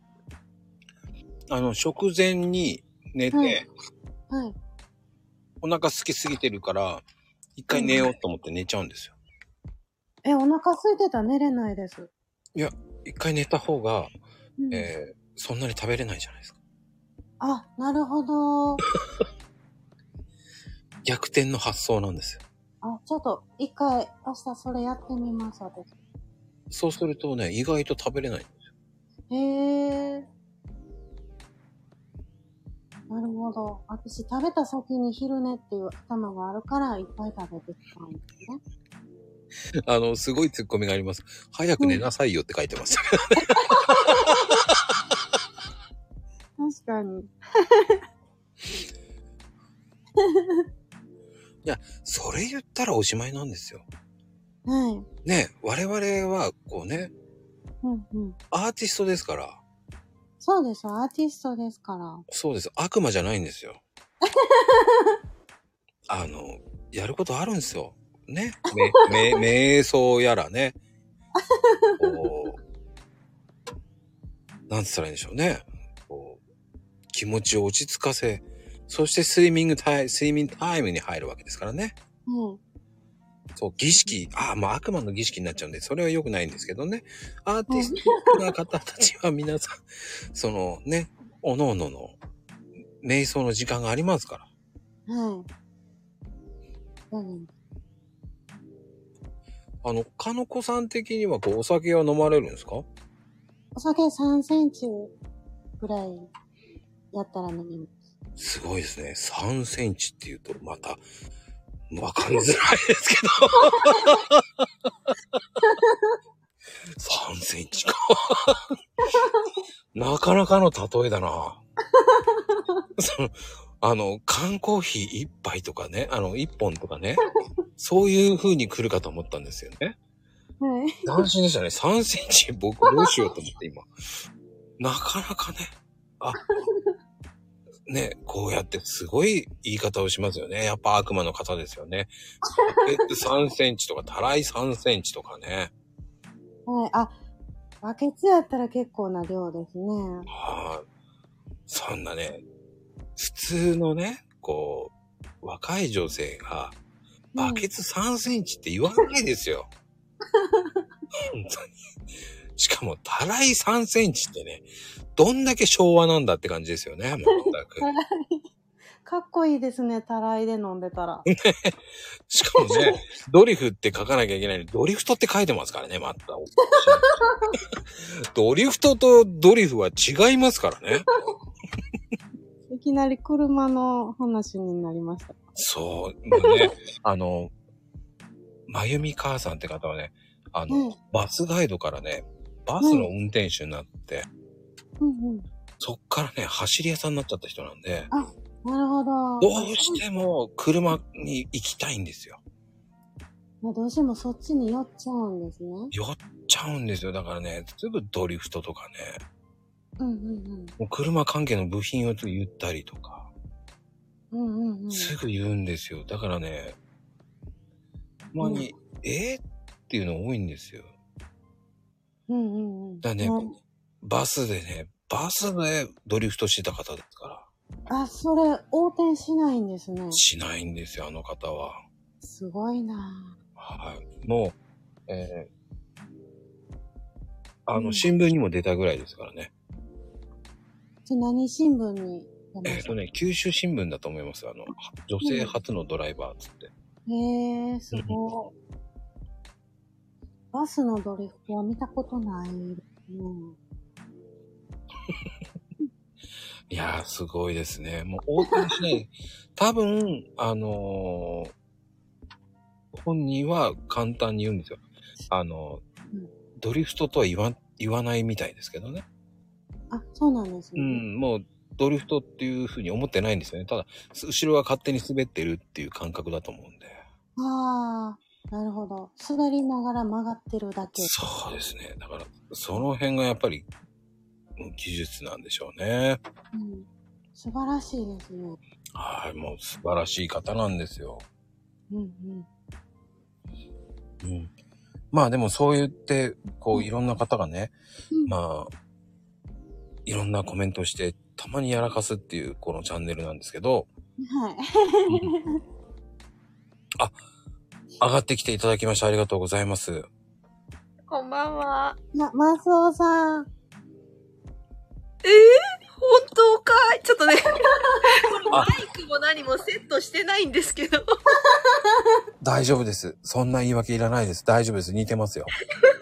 食前に寝て、 はい。 お腹空きすぎてるから、一回寝ようと思って寝ちゃうんですよ。 お腹空いてたら寝れないです。 いや、一回寝た方が、 うん、 そんなに食べれないじゃないですか。 あ、なるほど。 逆転の発想なんですよ。 あ、ちょっと一回明日それやってみます、私。 そうするとね、意外と食べれないんですよ。 へえ。なるほど。私食べた先に昼寝っていう頭があるからいっぱい食べてしまうんですね。 すごいツッコミがあります。早く寝なさいよって書いてます。 確かに。 いや、それ言ったらおしまいなんですよ。 はい。 ね、我々は、こうね、 うんうん。 アーティストですから。 そうです。アーティストですから。 そうです。悪魔じゃないんですよ。やることあるんですよ。ね。瞑想やらね。こう、なんつったらいいんでしょうね。こう、気持ちを落ち着かせ、そして睡眠タイムに入るわけですからね。 うん。 そう、儀式、まあ悪魔の儀式になっちゃうんで、それは良くないんですけどね。アーティうん。 スティックな方たちは皆さん、そのね、おのおのの瞑想の時間がありますから。 はい。うん。 かのこさん的にはお酒は飲まれるんですか？ お酒3センチぐらいやったら飲みます。 すごいですね。3センチって言うとまたわかりづらいですけど。3センチか。なかなかの例えだな。缶コーヒー1杯とかね、1本とかね、そういう風に来るかと思ったんですよね。 はい。 斬新でしたね。3センチ僕どうしようと思って今。なかなかね。ね、こうやってすごい言い方をしますよね。やっぱ悪魔の方ですよね。3センチとか、たらい3センチとかね。 はい。バケツやったら結構な量ですね。 そんなね、普通のね、若い女性が、バケツ3センチって言わないですよ。本当に。しかも、たらい3センチってね、どんだけ昭和なんだって感じですよね、もう全く。 かっこいいですね、たらいで飲んでたら。 しかもね、ドリフって書かなきゃいけないのに、ドリフトって書いてますからね、また。ドリフトとドリフは違いますからね。 いきなり車の話になりました。 そう、もうね、まゆみ母さんって方はね、バスガイドからね、バスの運転手になって、そっからね、走り屋さんになっちゃった人なんで、 なるほど。 どうしても車に行きたいんですよ。 どうしてもそっちに寄っちゃうんですね。 寄っちゃうんですよ。だからね、すぐドリフトとかね、もう車関係の部品を言ったりとか、すぐ言うんですよ。だからね、たまに、っていうの多いんですよ。だからね、バスでドリフトしてた方ですから。 それ、横転しないんですね。 しないんですよ、あの方は。 すごいなぁ。 はい。もう、新聞にも出たぐらいですからね。 何新聞に九州新聞だと思います。女性初のドライバーつって。 へすごい。バスのドリフトは見たことないですね。 いやー、すごいですね。もう横転しない。多分、本人は簡単に言うんですよ。ドリフトとは言わないみたいですけどね。 そうなんですね。 もう、 ドリフトっていう風に思ってないんですよね。ただ、後ろが勝手に滑ってるっていう感覚だと思うんで。 ああ、なるほど。滑りながら曲がってるだけ。 そうですね。だから、その辺がやっぱり技術なんでしょうね。 うん。素晴らしいですね。 はい、もう素晴らしい方なんですよ。 うんうん。 うん。まあでもそう言って、こういろんな方がね、まあ、いろんなコメントをして、たまにやらかすっていうこのチャンネルなんですけど、 はい。 あ、上がってきていただきましてありがとうございます。 こんばんは。 マスオさん。 本当かい？ちょっとね、マイクも何もセットしてないんですけど。 大丈夫です。そんな言い訳いらないです。大丈夫です。似てますよ。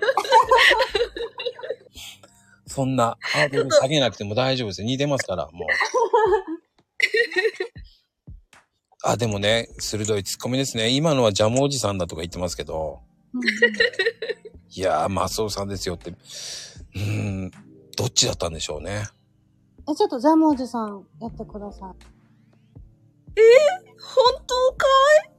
そんなハードル下げなくても大丈夫です。似てますから、もう。あ、でもね、鋭いツッコミですね。今のはジャムおじさんだとか言ってますけど。いやー、マスオさんですよって。どっちだったんでしょうね。 ちょっとジャムおじさんやってください。 本当かい？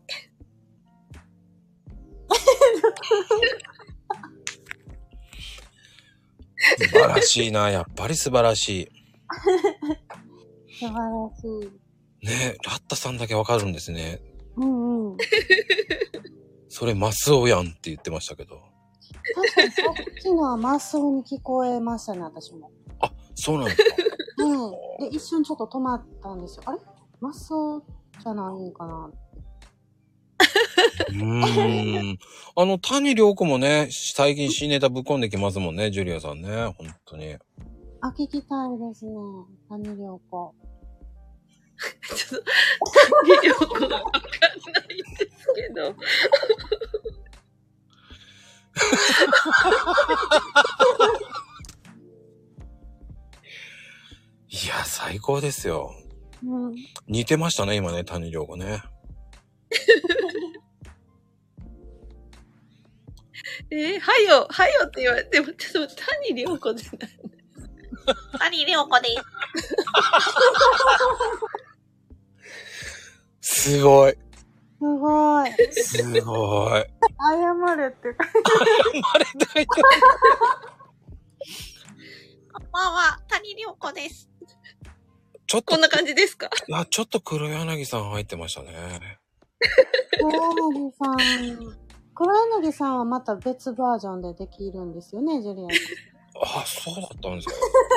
素晴らしいな。やっぱり素晴らしい。 素晴らしい。 ねえ、ラッタさんだけわかるんですね。 うんうん。 それマスオやんって言ってましたけど。 確かにさっきのはマスオに聞こえましたね、私も。 あ、そうなんですか。 はい。で、一瞬ちょっと止まったんですよ。あれマスオじゃないんかな。 谷涼子もね、最近新ネタぶっ込んできますもんね、ジュリアさんね。本当に。 あ、聞きたいですね。谷涼子。 ちょっと、谷涼子がわかんないんですけど。 いや、最高ですよ。 うん。 似てましたね、今ね、谷涼子ね。 はよって言われても、ちょっと谷涼子じゃない。谷涼子です。 すごい。 すごい。 すごい。 謝れって。 謝れって書いてある。 こんばんは、谷涼子です。 ちょっと。 こんな感じですか？ いや、ちょっと黒柳さん入ってましたね。 黒柳さん。黒柳さんはまた別バージョンでできるんですよね、ジュリアさん。 あ、そうだったんです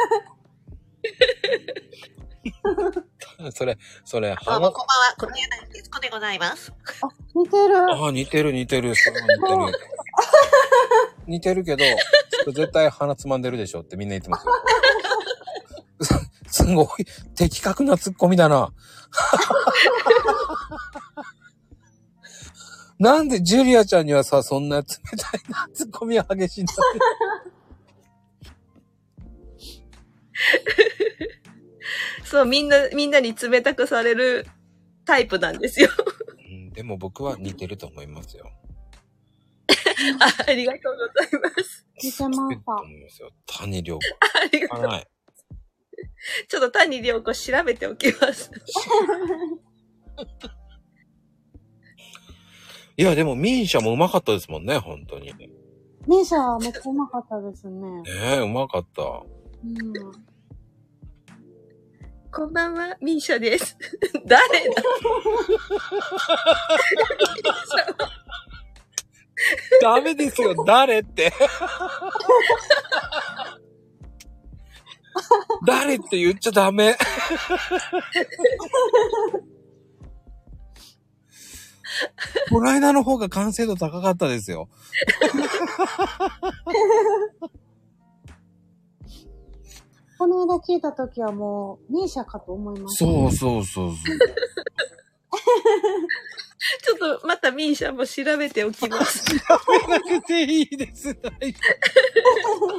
よ。それ、 こんばんは、黒柳徹子でございます。 あ、似てる。 あ、似てる。似てるけど、絶対鼻つまんでるでしょってみんな言ってますよ。すごい、的確なツッコミだな。なんでジュリアちゃんにはさ、そんな冷たいなツッコミは激しいんだそう、みんなに冷たくされるタイプなんですよ。 でも僕は似てると思いますよ。 ありがとうございます。 似てました。 と思いますよ。谷涼子。 ありがとう。 はい。 ちょっと谷涼子調べておきます。 いや、でもミーシャもうまかったですもんね、本当に。 ミーシャはめっちゃうまかったですね。 ねえ、うまかった。 こんばんは、ミーシャです。誰だダメですよ、誰って。誰って言っちゃダメ。この間の方が完成度高かったですよ。 この間聞いたときはもう、ミーシャかと思いました、 ね。そう。 ちょっとまたミーシャも調べておきます。 調べなくていいです。大丈夫。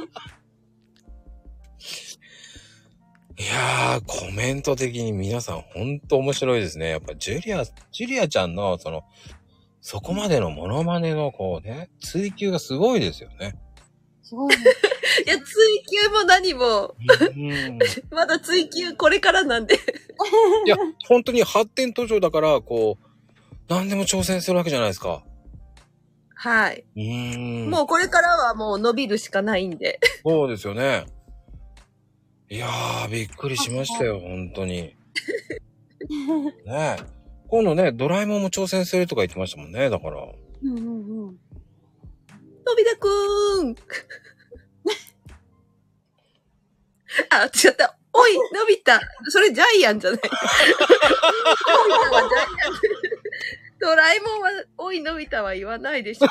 いやー、コメント的に皆さんほんと面白いですね。やっぱジュリアちゃんのそこまでのモノマネのこうね、追求がすごいですよね。 すごいね。 いや、追求も何も、まだ追求これからなんで。 いや、本当に発展途上だから、こう、何でも挑戦するわけじゃないですか。 はい。もうこれからはもう伸びるしかないんで。 そうですよね。いやー、びっくりしましたよ、本当に。ねえ。今度ね、ドラえもんも挑戦するとか言ってましたもんね、だから。 うんうんうん。 のび太くーん。あ、違った。おい、のび太。それジャイアンじゃない。のび太はジャイアン。ドラえもんは、おい、のび太は言わないでしょ。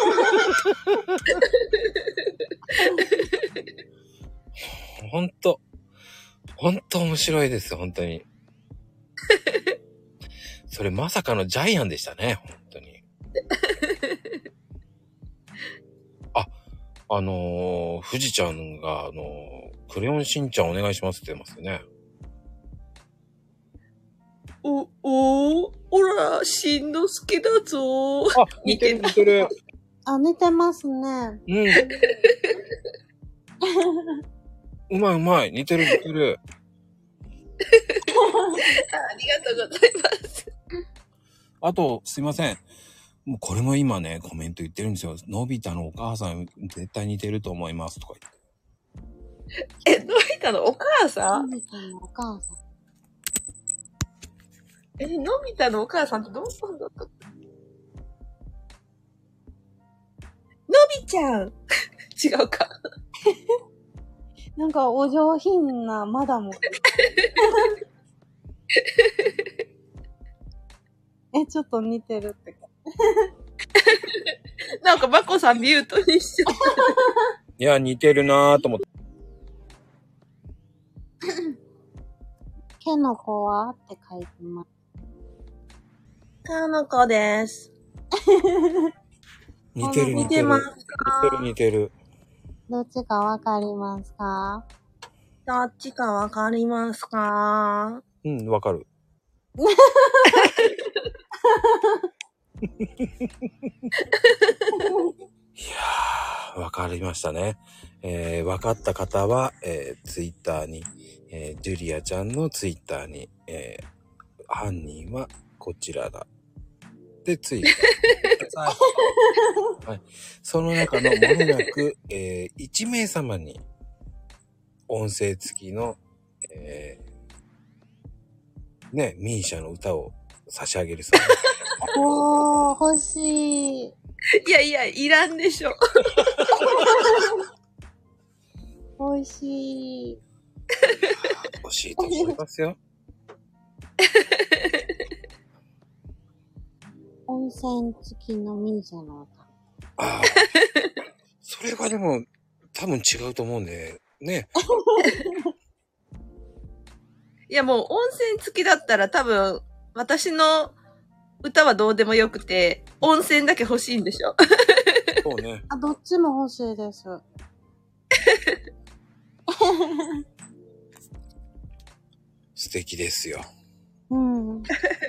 ほんと面白いです、本当に。それまさかのジャイアンでしたね、本当に。富士ちゃんが、クレヨンしんちゃんお願いしますって言ってますよね。 おら、しんのすけだぞ。 あ、似てる。 あ、似てますね。 うん。うまい。似てる。 ありがとうございます。 あと、すいません。もうこれも今ね、コメント言ってるんですよ。のび太のお母さん絶対似てると思いますとか言って。のび太のお母さん？ のび太のお母さん。 のび太のお母さんってどうしたんだったっけ？のびちゃん違うか。 なんかお上品なマダム。ちょっと似てるってか。 なんか、まこさんミュートにしちゃった。 いや、似てるなぁと思って。 毛の子はって書いてます。 かのこです。 似てる。 似てますか？ 似てる。 どっちかわかりますか？ どっちかわかりますか？ うん、わかる。いやー、わかりましたね。わかった方は、ツイッターに、ジュリアちゃんのツイッターに、犯人はこちらだ。で、ツイートしてください。はい。その中のもれなく、1名様に、音声付きの、ね、ミーシャの歌を差し上げるそうです。 おー、欲しい。 いや、いらんでしょ。 欲しい。 欲しいと思いますよ。 温泉付きのミーシャの歌。 ああ。それはでも、多分違うと思うんで、ね。 いや、もう温泉付きだったら多分、私の歌はどうでもよくて、温泉だけ欲しいんでしょ。 そうね。 あ、どっちも欲しいです。 素敵ですよ。 うん。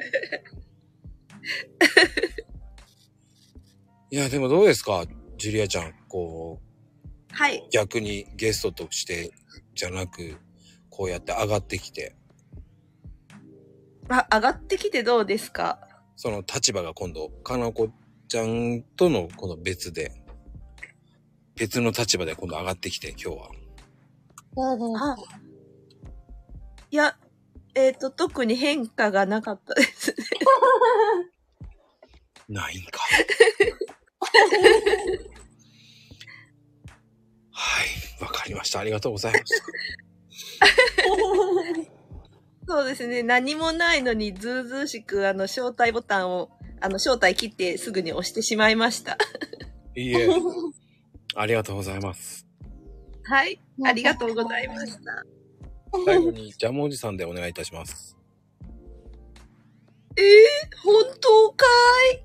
いや、でもどうですかジュリアちゃん、こう。 はい。 逆にゲストとして、じゃなく、こうやって上がってきて。 上がってきてどうですか？ その立場が今度、かなこちゃんとのこの別の立場で今度上がってきて、今日は。 そうです。 いや、特に変化がなかったですね。 ないんか。はい、わかりました。ありがとうございました。 そうですね。何もないのにずうずうしく招待ボタンを招待切ってすぐに押してしまいました。 いいえ。ありがとうございます。 はい。ありがとうございました。 最後にジャムおじさんでお願いいたします。 本当かい？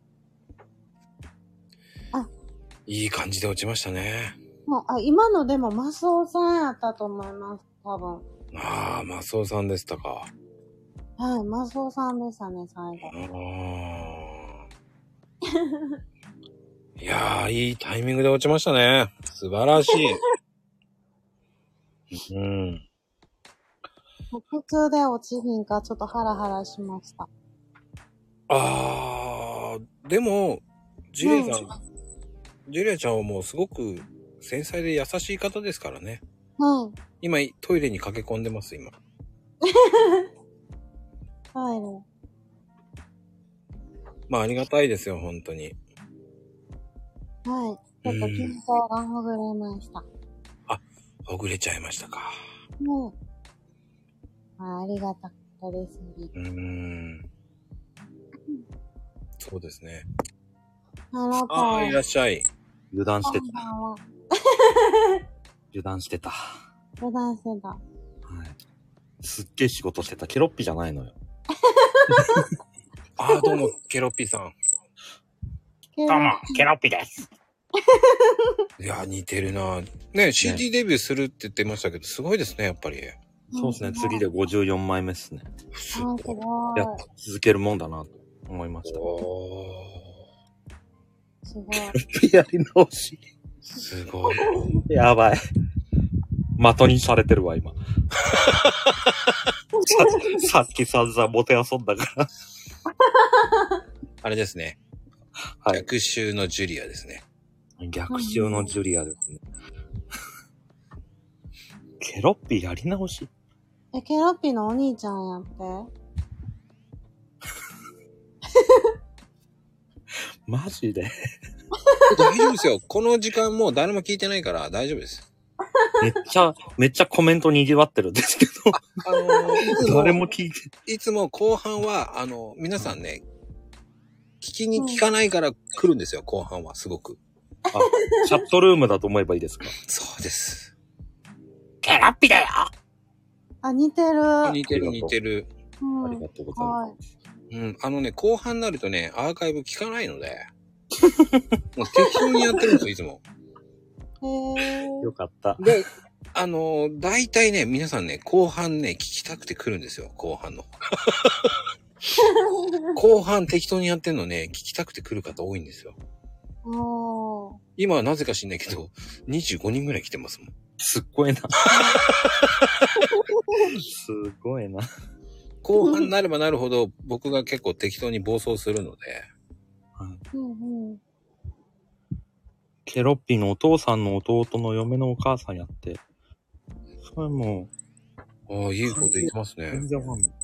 いい感じで落ちましたね。 もう今のでもマスオさんやったと思います。多分。 ああ、マスオさんでしたか。 はい、マスオさんでしたね、最後。 いやー、いいタイミングで落ちましたね。素晴らしい。 うん。 普通で落ちひんかちょっとハラハラしました。 でも、ジュリアさん、ジュリアちゃんはもうすごく繊細で優しい方ですからね。 はい。 今、トイレに駆け込んでます、今。 はいね。 まあ、ありがたいですよ、本当に。 はい。ちょっと緊張がほぐれました。 ほぐれちゃいましたか。 ありがたかったですね。 そうですね。 いいらっしゃい。 油断してた。油断してた。 油断してた。 はい。すっげえ仕事してた。ケロッピじゃないのよ。 どうも、ケロッピさん。 どうも、ケロッピです。 いや、似てるな。ね、CD デビューするって言ってましたけど、すごいですね、やっぱり。 そうですね、次で54枚目っすね。 すごい。 やっぱ続けるもんだなと思いました。 すごい。やり直し。 すごい。 やばい。的にされてるわ、今。さっき散々モテ遊んだから。 あれですね。はい。逆襲のジュリアですね。 逆襲のジュリアですね。ケロッピやり直し？ ケロッピのお兄ちゃんやって。 マジで大丈夫ですよ。この時間もう誰も聞いてないから大丈夫です。 めっちゃコメント賑わってるんですけど。誰も聞いて。 いつも後半は、皆さんね、聞かないから来るんですよ、後半は、すごく。 チャットルームだと思えばいいですか？ そうです。 ケロッピだよ！ 似てる。 似てる。 ありがとうございます。 後半になるとね、アーカイブ聞かないので、もう適当にやってるんですよ、いつも。 よかった。 で、大体ね、皆さんね、後半ね、聞きたくて来るんですよ、後半の。後半適当にやってんのね、聞きたくて来る方多いんですよ。今はなぜか知んないけど、25人ぐらい来てますもん。 すっごいな。すごいな。 後半になればなるほど、僕が結構適当に暴走するので。 ケロッピのお父さんの弟の嫁のお母さんやって。それもう。いいこと言ってますね。 全然わかんない。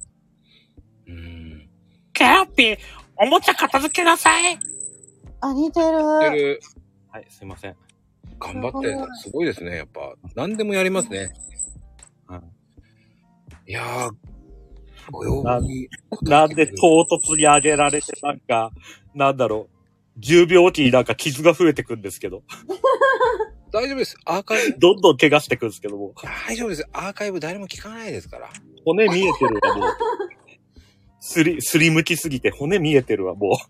ケロッピ、おもちゃ片付けなさい！ 似てる。 はい、すいません。 頑張って、すごいですね、やっぱ。何でもやりますね。いやー、 なんで唐突に上げられて、10秒おきに傷が増えてくんですけど。 大丈夫です。アーカイブ。 どんどん怪我してくんですけども。 大丈夫です。アーカイブ誰も聞かないですから。 骨見えてるわ、もう。すりむきすぎて骨見えてるわ、もう。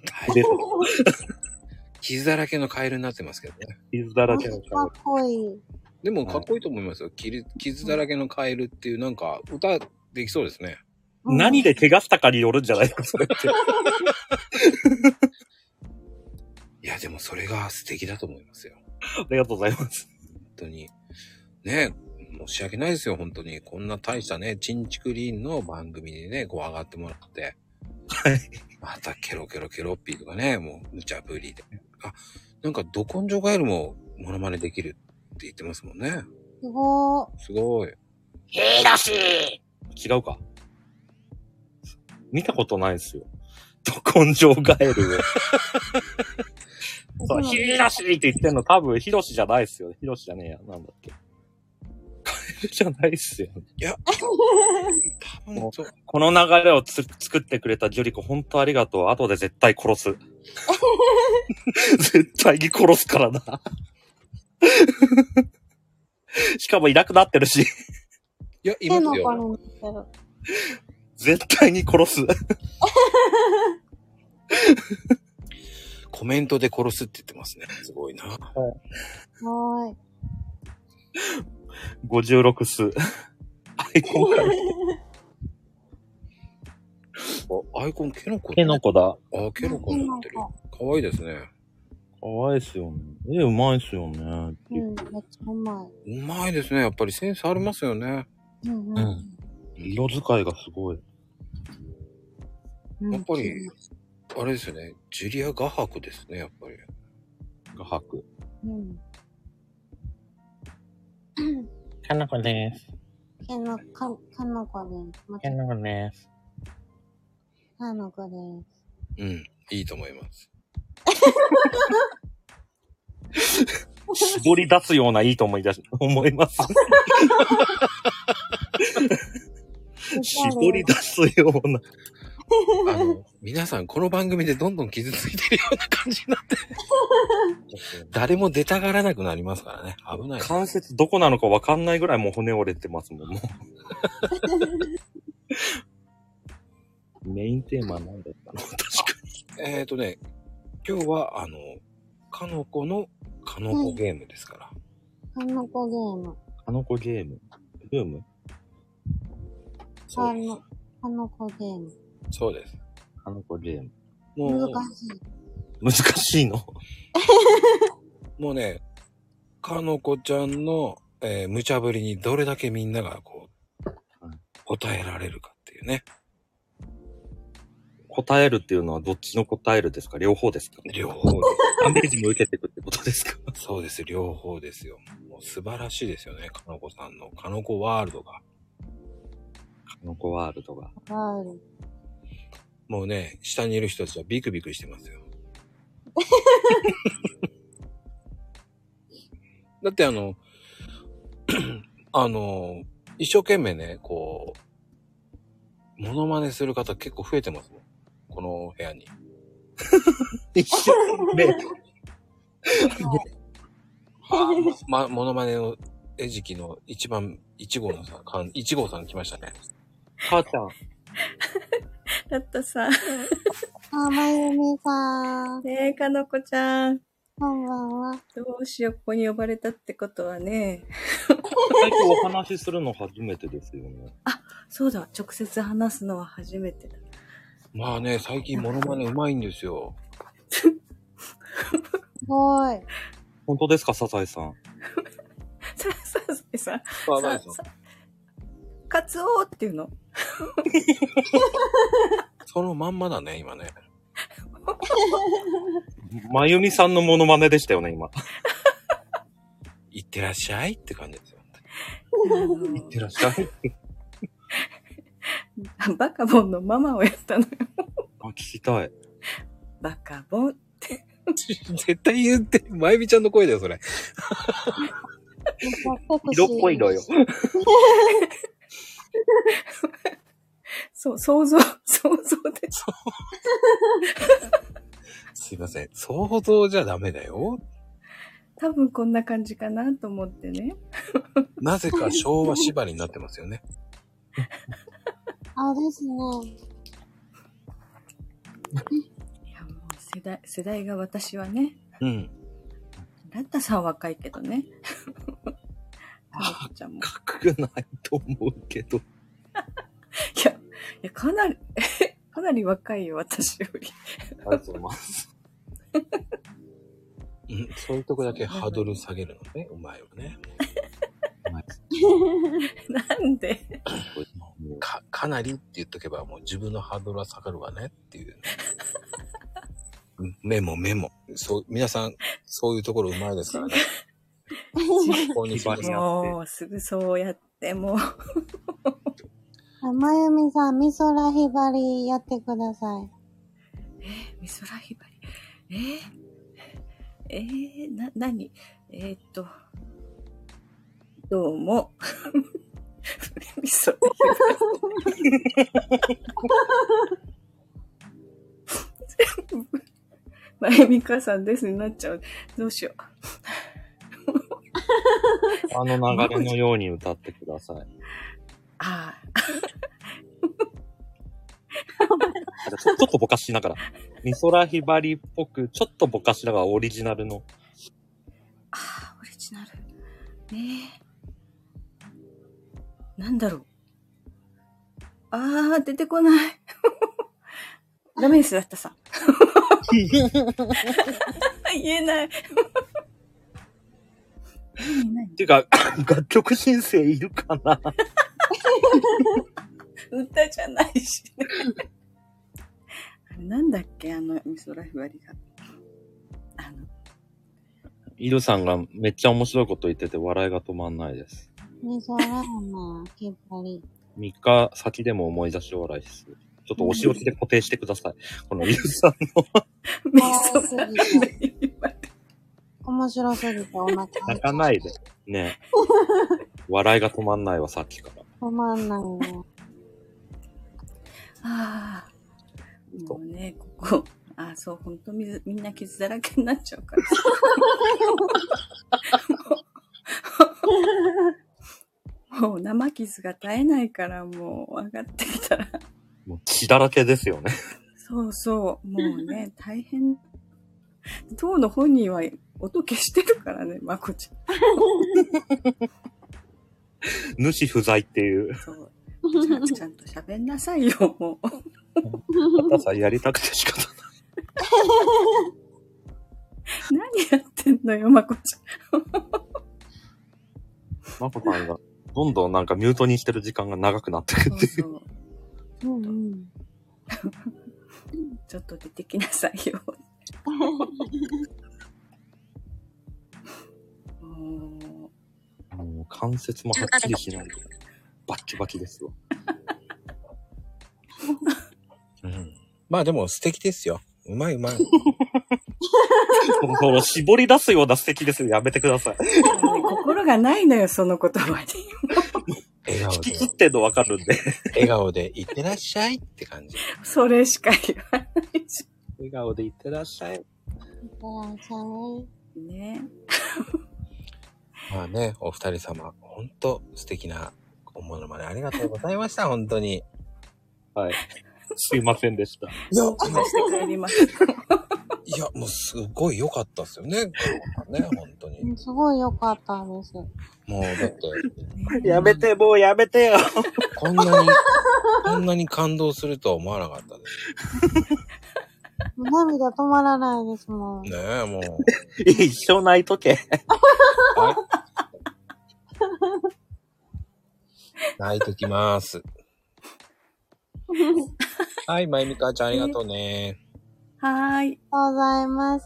傷だらけのカエルになってますけどね。 傷だらけのカエル。 かっこいい。 でもかっこいいと思いますよ。傷だらけのカエルっていう歌できそうですね。 何で怪我したかによるんじゃないですか、それって。 いや、でもそれが素敵だと思いますよ。 ありがとうございます。 本当に。ね、申し訳ないですよ、本当に。こんな大したね、チンチクリーンの番組にね、上がってもらって。 はい。 またケロケロケロッピーとかね、もう無茶ぶりで。ど根性ガエルもモノマネできるって言ってますもんね。 すごい。すごい。 ヒロシー！違うか。見たことないですよ。ど根性ガエルを。そう、ヒロシーって言ってんの多分ヒロシじゃないっすよね。ヒロシじゃねえや。なんだっけ。カエルじゃないっすよね。 いや、多分そう。 この流れを作ってくれたジュリコ、ほんとありがとう。後で絶対殺す。絶対に殺すからな。しかもいなくなってるし。 いや、いますよ。 絶対に殺す。 コメントで殺すって言ってますね。すごいな。 はい。 56数。アイコンか。 アイコンケノコ。 ケノコだ。 ケノコになってる。かわいいですね。 可愛いっすよね。うまいっすよね。 うん、めっちゃうまい。 うまいですね。やっぱりセンスありますよね。 うんうん。 色使いがすごい。 うんやっぱり、あれですよね。ジュリア画伯ですね、やっぱり。 画伯。 うん。 かなこです。 かのこです。 かなこです。 かのこです。 うん、いいと思います。 絞り出すようないいと思います。絞り出すような。 皆さんこの番組でどんどん傷ついてるような感じになって。誰も出たがらなくなりますからね。危ない。 関節どこなのかわかんないぐらいもう骨折れてますもん、もう。メインテーマなんだったの確かに。 今日は、かのこのかのこゲームですから。 かのこゲーム。 かのこゲームルームかのこゲーム。 そうです。 かのこゲーム。 もう、 難しい。 難しいのもうね、かのこちゃんの、無茶ぶりにどれだけみんなが答えられるかっていうね。 答えるっていうのはどっちの答えるですか？両方ですか？ 両方。 ダメージも受けてくってことですか？ そうです。両方ですよ。もう素晴らしいですよね。かのこさんのかのこワールドが。 かのこワールドが。 もうね、下にいる人たちはビクビクしてますよ。だって一生懸命ね、モノマネする方結構増えてますもん。この部屋に。 一生懸命。 モノマネの餌食の1号さん来ましたね。母ちゃん。 だったさ。 まゆみさん。 ねえ、かのこちゃん。 こんばんは。 どうしよう、ここに呼ばれたってことはね。 最近お話しするの初めてですよね。 あ、そうだ。直接話すのは初めてだ。 まあね、最近モノマネうまいんですよ。 すごい。 本当ですか、サザエさん。 サザエさん。 サザエさん。 カツオっていうのそのまんまだね、今ね。 まゆみさんのモノマネでしたよね、今。 いってらっしゃいって感じですよ。 いってらっしゃい。 バカボンのママをやったのよ。 あ、聞きたい。 バカボンって。 絶対言って、まゆみちゃんの声だよ、それ。 色っぽいのよ。 そう、想像で。 すいません。想像じゃダメだよ。 多分こんな感じかなと思ってね。 なぜか昭和縛りになってますよね。 ですね。 いや、もう世代が私はね。 うん。 ラッタさん若いけどね。ちゃんも若くないと思うけど。 いや、かなり若いよ、私より。 ありがとうございます。 うん、そういうとこだけハードル下げるのね、お前はね。 なんでかなりって言っとけばもう自分のハードルは下がるわねっていう。メモ。皆さん、そういうところうまいですからね。 もう、すぐそうやってもう。 まゆみさん、美空ひばりやってください。 美空ひばり。何どうも。美空ひばり。まゆみかさんですになっちゃう。どうしよう。 あの流れのように歌ってください。 ああ。 ちょっとぼかしながら。美空ひばりっぽく、ちょっとぼかしながらオリジナルの。 ああ、オリジナル。なんだろう。ああ、出てこない。ダメです、だったさ。 言えない。 ていうか、楽曲申請いるかな？ 歌じゃないしね。あれなんだっけ美空ひばりが。 イルさんがめっちゃ面白いこと言ってて笑いが止まんないです。 ね、そうだよね、きっぱり。 3日先でも思い出し笑いです。ちょっとお仕置きで固定してください。このイルさんの。 美空ひばり。 面白すぎてお腹。 泣かないで。ね。笑いが止まんないわ、さっきから。 止まんないね。 ああ。もうね、ここ。そう、ほんとみんな傷だらけになっちゃうから。もう生傷が絶えないからもう上がってきたら。 もう血だらけですよね。 そうそう。もうね、大変。当の本人は音消してるからね、まこちゃん。 主不在っていう。 そう。ちゃんと喋んなさいよ、もう。 またさ、やりたくて仕方ない。 何やってんのよ、まこちゃん。 まこさんが、どんどんなんかミュートにしてる時間が長くなってくっていう。 そうそう。 うんうん。 ちょっと出てきなさいよ。 もう関節もはっきりしないで。バッキバキですよ。 うん。まあでも素敵ですよ。うまいうまい。 この絞り出すような素敵ですよ。やめてください。 心がないのよ、その言葉に。 笑顔で。 引き切ってんのわかるんで。 笑顔でいってらっしゃいって感じ。 それしか言わないし。 笑顔でいってらっしゃい。 いってらっしゃい。 ね。 まあね、お二人様、ほんと素敵なおものまねありがとうございました、本当に。 はい。すいませんでした。 いや、 して帰ります。 いや、もうすごい良かったですよね、ね、本当に。 すごい良かったです。 もう、だって、 やめて、もうやめてよ。 こんなに感動するとは思わなかったです。 涙止まらないですもん。 ねえ、もう。 一生泣いとけ。 はい。泣いときます。はい、まゆみかちゃんありがとうね。 はーい。 ありがとうございます。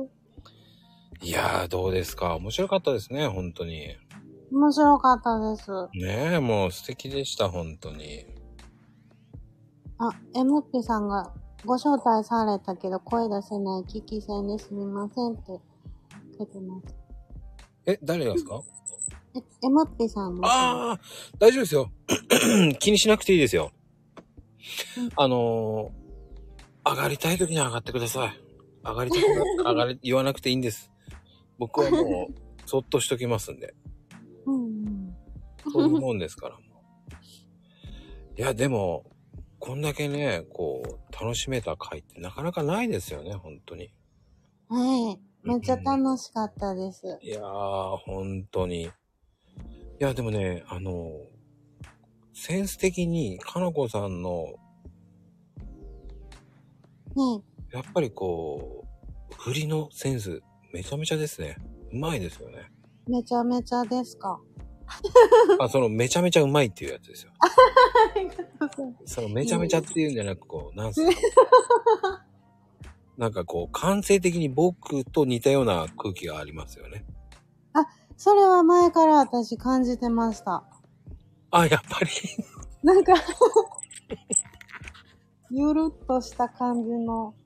いやー、どうですか？面白かったですね、本当に。 面白かったです。 ねえ、もう素敵でした、本当に。 MP さんがご招待されたけど声出せない危機戦ですみませんって書いてます。 誰がですか MP さんも。 ああ、大丈夫ですよ。気にしなくていいですよ。上がりたい時に上がってください。上がりたくな言わなくていいんです。僕はもう、そっとしときますんで。 うんうん。 そういうもんですから。いや、でも、こんだけね、こう、楽しめた回ってなかなかないですよね、本当に。 はい。めっちゃ楽しかったです。 いやー、本当に。いや、でもね、センス的に、かなこさんの、 ねやっぱりこう、振りのセンス、めちゃめちゃですね。うまいですよね。 めちゃめちゃですか。 めちゃめちゃうまいっていうやつですよ。めちゃめちゃっていうんじゃなく、こう、なんすか。なんかこう、感性的に僕と似たような空気がありますよね。 それは前から私感じてました。 あ、やっぱり。 なんか、ゆるっとした感じの。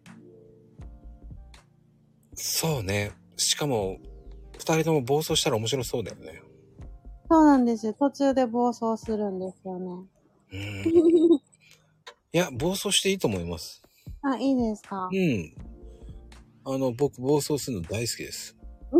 そうね。しかも、二人とも暴走したら面白そうだよね。 そうなんですよ。途中で暴走するんですよね。 いや、暴走していいと思います。 いいですか？ 僕、暴走するの大好きです。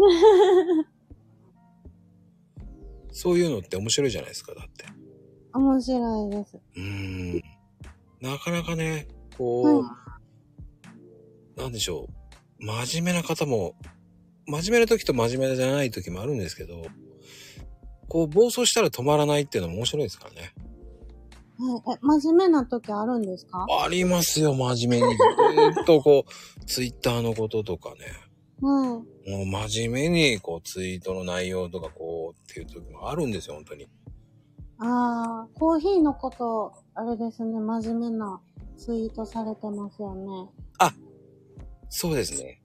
そういうのって面白いじゃないですか、だって。 面白いです。 なかなかね、こう、なんでしょう。真面目な方も、真面目な時と真面目じゃない時もあるんですけど、こう、暴走したら止まらないっていうのも面白いですからね。 真面目な時あるんですか？ ありますよ、真面目に。ずーっとツイッターのこととかね。もう真面目にツイートの内容とかっていう時もあるんですよ、本当に。 コーヒーのこと、あれですね、真面目なツイートされてますよね。 あ、そうですね。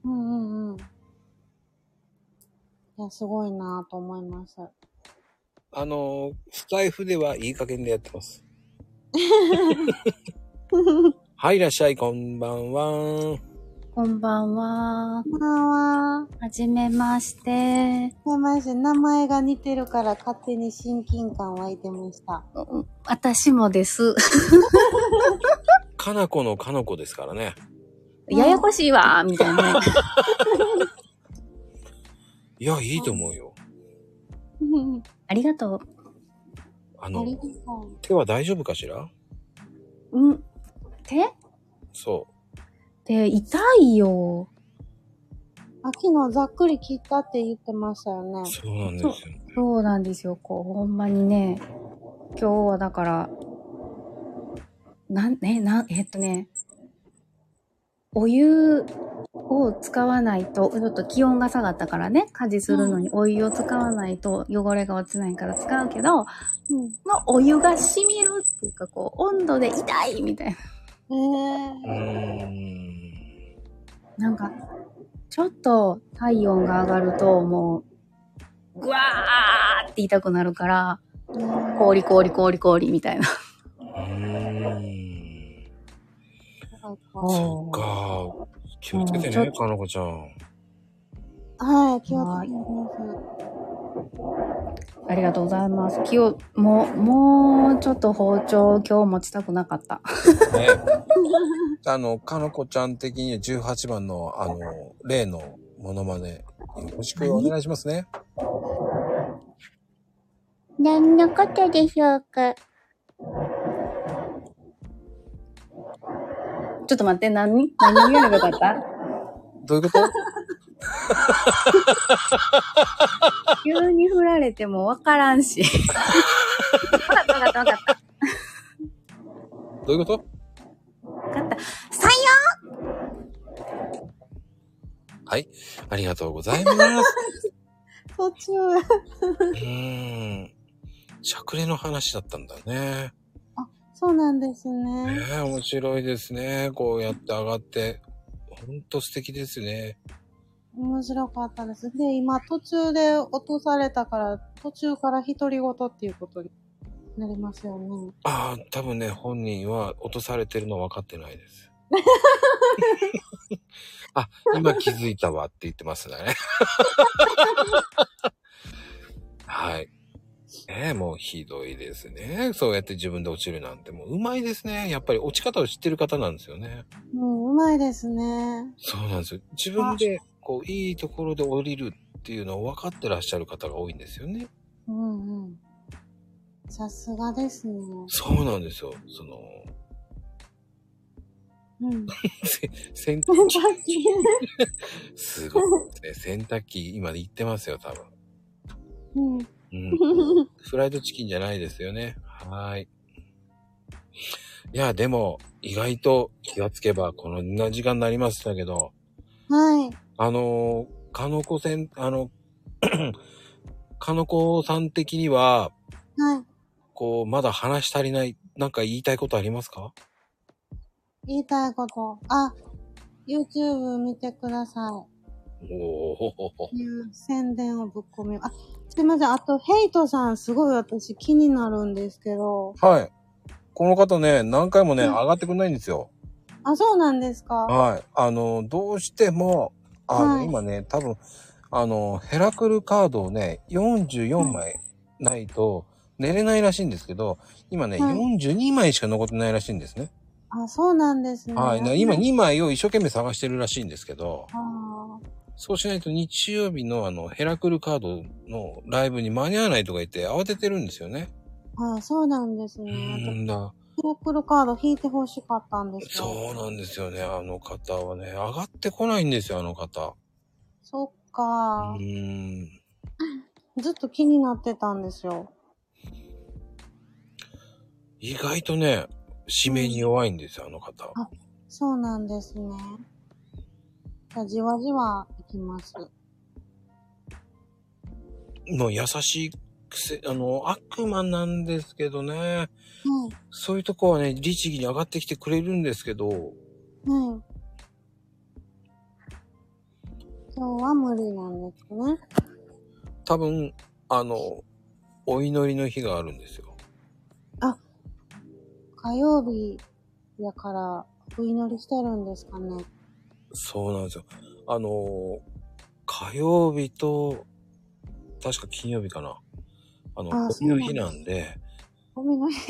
いや、すごいなぁと思います。 スタイフではいい加減でやってます。はい、いらっしゃい、こんばんは。 こんばんは。 こんばんは。 はじめまして。 名前が似てるから勝手に親近感湧いてました。 私もです。 かなこのかのこですからね。 ややこしいわ、みたいな。 いや、いいと思うよ。 ありがとう。 手は大丈夫かしら？ 手？ そう。 手痛いよ。 昨日ざっくり切ったって言ってましたよね。 そうなんですよ。 そうなんですよ。ほんまにね、今日はだから、お湯を使わないと、ちょっと気温が下がったからね、家事するのにお湯を使わないと汚れが落ちないから使うけど、お湯が染みるっていうか、温度で痛いみたいな。なんか、ちょっと体温が上がるともう、ぐわーって痛くなるから、氷みたいな。 そっか。気をつけてね、かのこちゃん。 はい、気をつけてます。 ありがとうございます。もうちょっと包丁今日持ちたくなかった。 ね。かのこちゃん的に18番の例のモノマネ、よろしくお願いしますね。 何のことでしょうか？ちょっと待って、何言えなかった？ どういうこと？ 急に振られてもわからんし。わかった。 どういうこと？ わかった。採用！ はい。ありがとうございます。 途中。 しゃくれの話だったんだね。 そうなんですね。 面白いですね。こうやって上がって。ほんと素敵ですね。 面白かったです。で、今途中で落とされたから、途中から独り言っていうことになりますよね。 多分ね、本人は落とされてるの分かってないです。今気づいたわって言ってますね。はい。もうひどいですね。そうやって自分で落ちるなんてもう上手いですね。やっぱり落ち方を知ってる方なんですよね。 上手いですね。 そうなんですよ。自分でいいところで降りるっていうのを分かってらっしゃる方が多いんですよね。 さすがですね。 そうなんですよ。洗濯機。すごいですね。洗濯機今言ってますよ、多分。フライドチキンじゃないですよね。はい。いや、でも、意外と気がつけばこんな時間になりましたけど。 はい。 かのこさん的には、まだ話し足りない、なんか言いたいことありますか？ 言いたいこと。YouTube 見てください。宣伝をぶっ込み。すいません。あと、ヘイトさん、すごい私気になるんですけど。 はい。この方ね、何回もね、上がってくんないんですよ。 そうなんですか？ はい。どうしても、今ね、多分、ヘラクルカードをね、44枚ないと寝れないらしいんですけど、今ね、42枚しか残ってないらしいんですね。 そうなんですね。 はい。今2枚を一生懸命探してるらしいんですけど、そうしないと日曜日のヘラクルカードのライブに間に合わないとか言って慌ててるんですよね。 そうなんですね。ヘラクルカード引いてほしかったんですよ。 そうなんですよね。あの方はね、上がってこないんですよ、あの方。 そっか。ずっと気になってたんですよ。 意外とね、締めに弱いんですよ、あの方。 そうなんですね。じゃあじわじわいきます。 もう優しい癖、悪魔なんですけどね。そういうとこはね、律儀に上がってきてくれるんですけど。 はい。今日は無理なんですね。 多分、お祈りの日があるんですよ。 火曜日やからお祈りしてるんですかね。 そうなんですよ。火曜日と、確か金曜日かな。ゴミの日なんで。 ゴミの日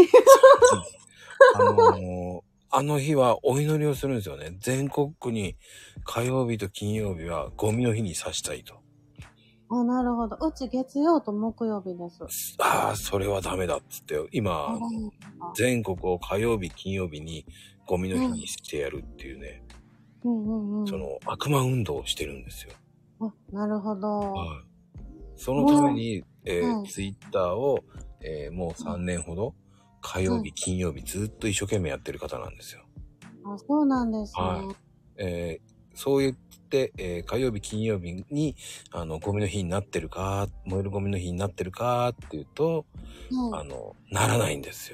あの日はお祈りをするんですよね。全国区に火曜日と金曜日はゴミの日にさしたいと。 なるほど。うち月曜と木曜日です。 それはダメだっつって、今、全国を火曜日、金曜日にゴミの日にしてやるっていうね、その悪魔運動をしてるんですよ。 なるほど。 そのために、ツイッターを、もう3年ほど、火曜日、金曜日ずっと一生懸命やってる方なんですよ。 そうなんですね。 そう言って、火曜日、金曜日に、ゴミの日になってるか、燃えるゴミの日になってるかっていうと、ならないんですよ。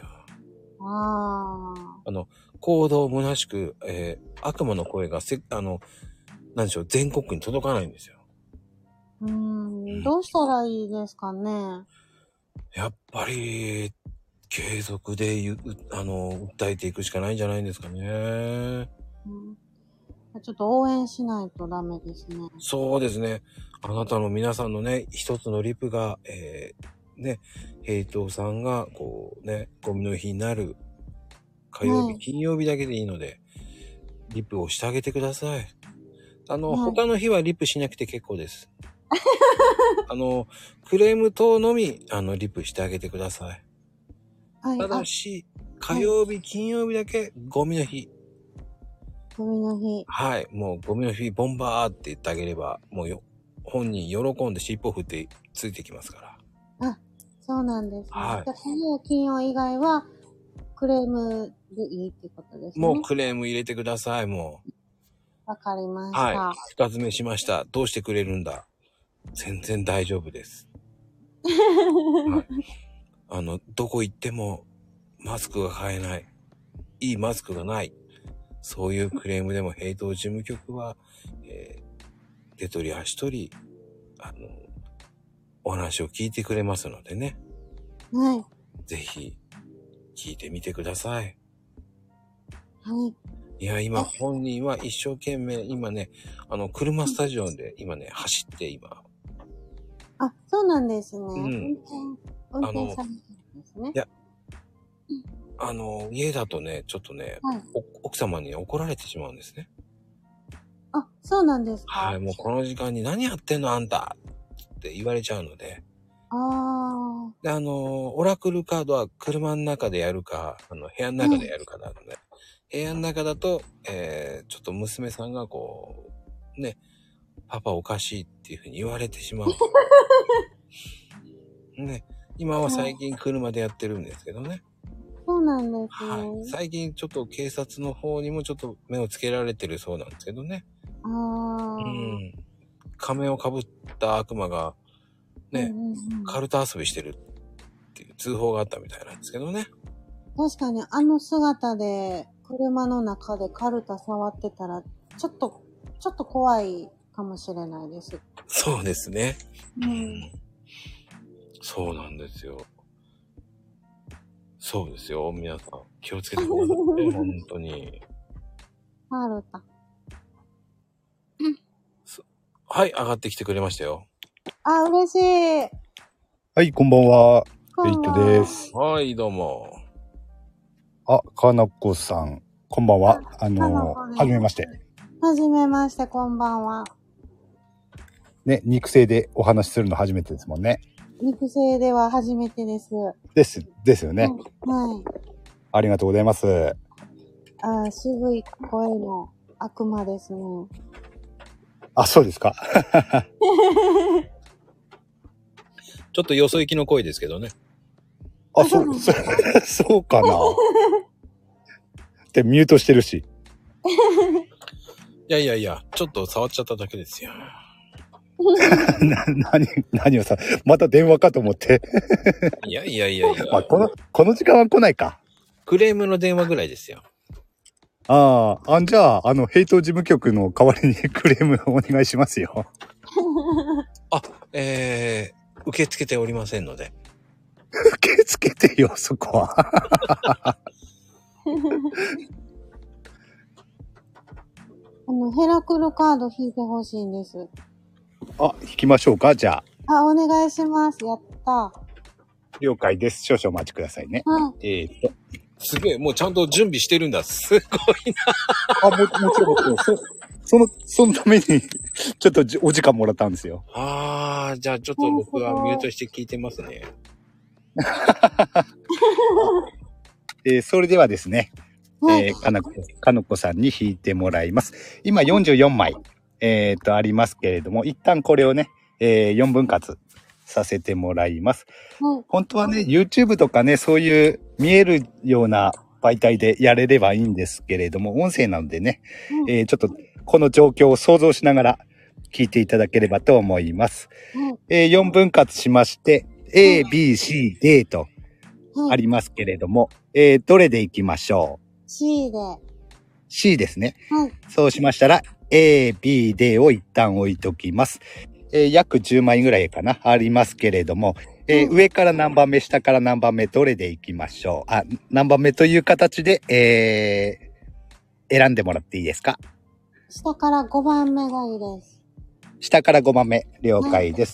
行動虚しく、悪魔の声がなんでしょう、全国に届かないんですよ。 どうしたらいいですかね。 やっぱり、継続で訴えていくしかないんじゃないんですかね。 ちょっと応援しないとダメですね。 そうですね。あなたの皆さんのね、一つのリプが、ね、平等さんが、こうね、ゴミの日になる火曜日、金曜日だけでいいので、リプをしてあげてください。他の日はリプしなくて結構です。クレーム等のみ、リプしてあげてください。ただし、火曜日、金曜日だけゴミの日。 ゴミの日。 はい。もうゴミの日、ボンバーって言ってあげれば、もう本人喜んで尻尾振ってついてきますから。 そうなんですね。はい。金曜以外は、クレームでいいってことですね。 もうクレーム入れてください、もう。 わかりました。 はい。深爪しました。どうしてくれるんだ？全然大丈夫です。はい、どこ行っても、マスクが買えない。いいマスクがない。そういうクレームでも、平等事務局は、手取り足取り、お話を聞いてくれますのでね。 はい。 ぜひ、聞いてみてください。 はい。 いや、今、本人は一生懸命、今ね、車スタジオで今ね、走って今。 そうなんですね。運転されてるんですね。 いや、家だとね、ちょっとね、奥様に怒られてしまうんですね。 そうなんですか？ はい、もうこの時間に何やってんのあんたって言われちゃうので。で、オラクルカードは車の中でやるか、部屋の中でやるかなので、部屋の中だと、ちょっと娘さんがこう、ね、パパおかしいっていうふうに言われてしまう。ね、今は最近車でやってるんですけどね。 そうなんですね。 はい。最近ちょっと警察の方にもちょっと目をつけられてるそうなんですけどね。仮面をかぶった悪魔が、ね、カルタ遊びしてるっていう通報があったみたいなんですけどね。 確かに姿で車の中でカルタ触ってたら、ちょっと怖いかもしれないです。 そうですね。そうなんですよ。そうですよ。皆さん、気をつけてください。本当に。 カルタ。 はい、上がってきてくれましたよ。 嬉しい。 はい、こんばんは。レイトです。 はい、どうも。 かなこさん、こんばんは。はじめまして。 はじめまして、こんばんは。 ね、肉声でお話しするの初めてですもんね。 肉声では初めてです。 ですよね。 はい。 ありがとうございます。 渋い声の悪魔ですね。 そうですか。 ちょっとよそ行きの声ですけどね。 あ、そうかな。で、ミュートしてるし。 いや、ちょっと触っちゃっただけですよ。 何をさ、また電話かと思って。 いや。 まあ、この時間は来ないか。 クレームの電話ぐらいですよ。 じゃあ、ヘイト事務局の代わりにクレームお願いしますよ。 受け付けておりませんので。 受け付けてよ、そこは。 ヘラクルカード引いてほしいんです。 引きましょうか、じゃあ。 お願いします。やった。 了解です。少々お待ちくださいね。 すげえ、もうちゃんと準備してるんだ。すごいな。 もちろん。そのために、ちょっとお時間もらったんですよ。 じゃあちょっと僕はミュートして聞いてますね。 それではですね、かのこさんに引いてもらいます。今44枚、ありますけれども、一旦これをね、4分割させてもらいます。本当はね、YouTube とかね、そういう見えるような媒体でやれればいいんですけれども、音声なのでね、ちょっとこの状況を想像しながら聞いていただければと思います。4分割しまして、A, B, C, D とありますけれども、どれでいきましょう？ C で。 C ですね。そうしましたら、A, B, D を一旦置いときます。約10枚ぐらいかな、ありますけれども、上から何番目、下から何番目、どれでいきましょう？何番目という形で、選んでもらっていいですか？ 下から5番目がいいです。 下から5番目、了解です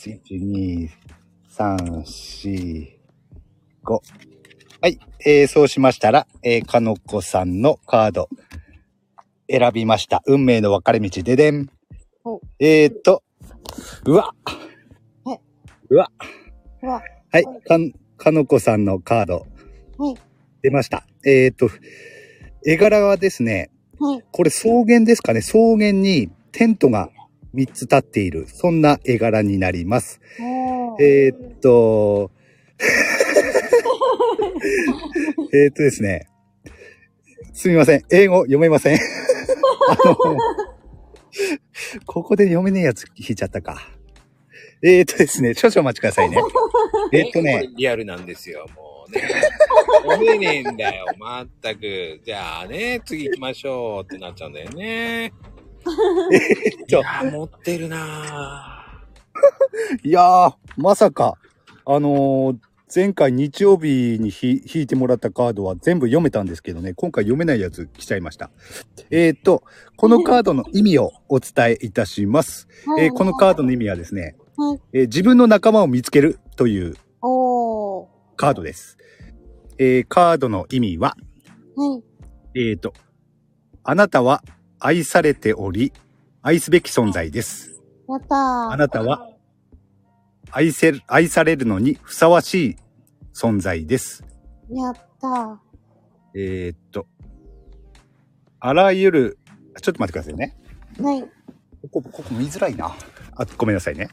。1、2、3、4、5。はい、そうしましたら、かのこさんのカード、選びました。運命の分かれ道、ででん。うわ。はい、かのこさんのカード、出ました。絵柄はですね、これ草原ですかね。草原にテントが3つ立っている、そんな絵柄になります。ですね。すみません。英語読めません。ここで読めねえやつ引いちゃったか。ですね。少々お待ちくださいね。 リアルなんですよ、もうね。読めねえんだよ、まったく。じゃあね、次行きましょうってなっちゃうんだよね。いやー、持ってるなー。いやー、まさか、前回日曜日に引いてもらったカードは全部読めたんですけどね、今回読めないやつ来ちゃいました。このカードの意味をお伝えいたします。このカードの意味はですね、自分の仲間を見つけるというカードです。カードの意味は、あなたは愛されており、愛すべき存在です。 やったー。 あなたは愛されるのにふさわしい存在です。 やったー。 あらゆる、ちょっと待ってくださいね。 はい。 ここ見づらいな。ごめんなさいね。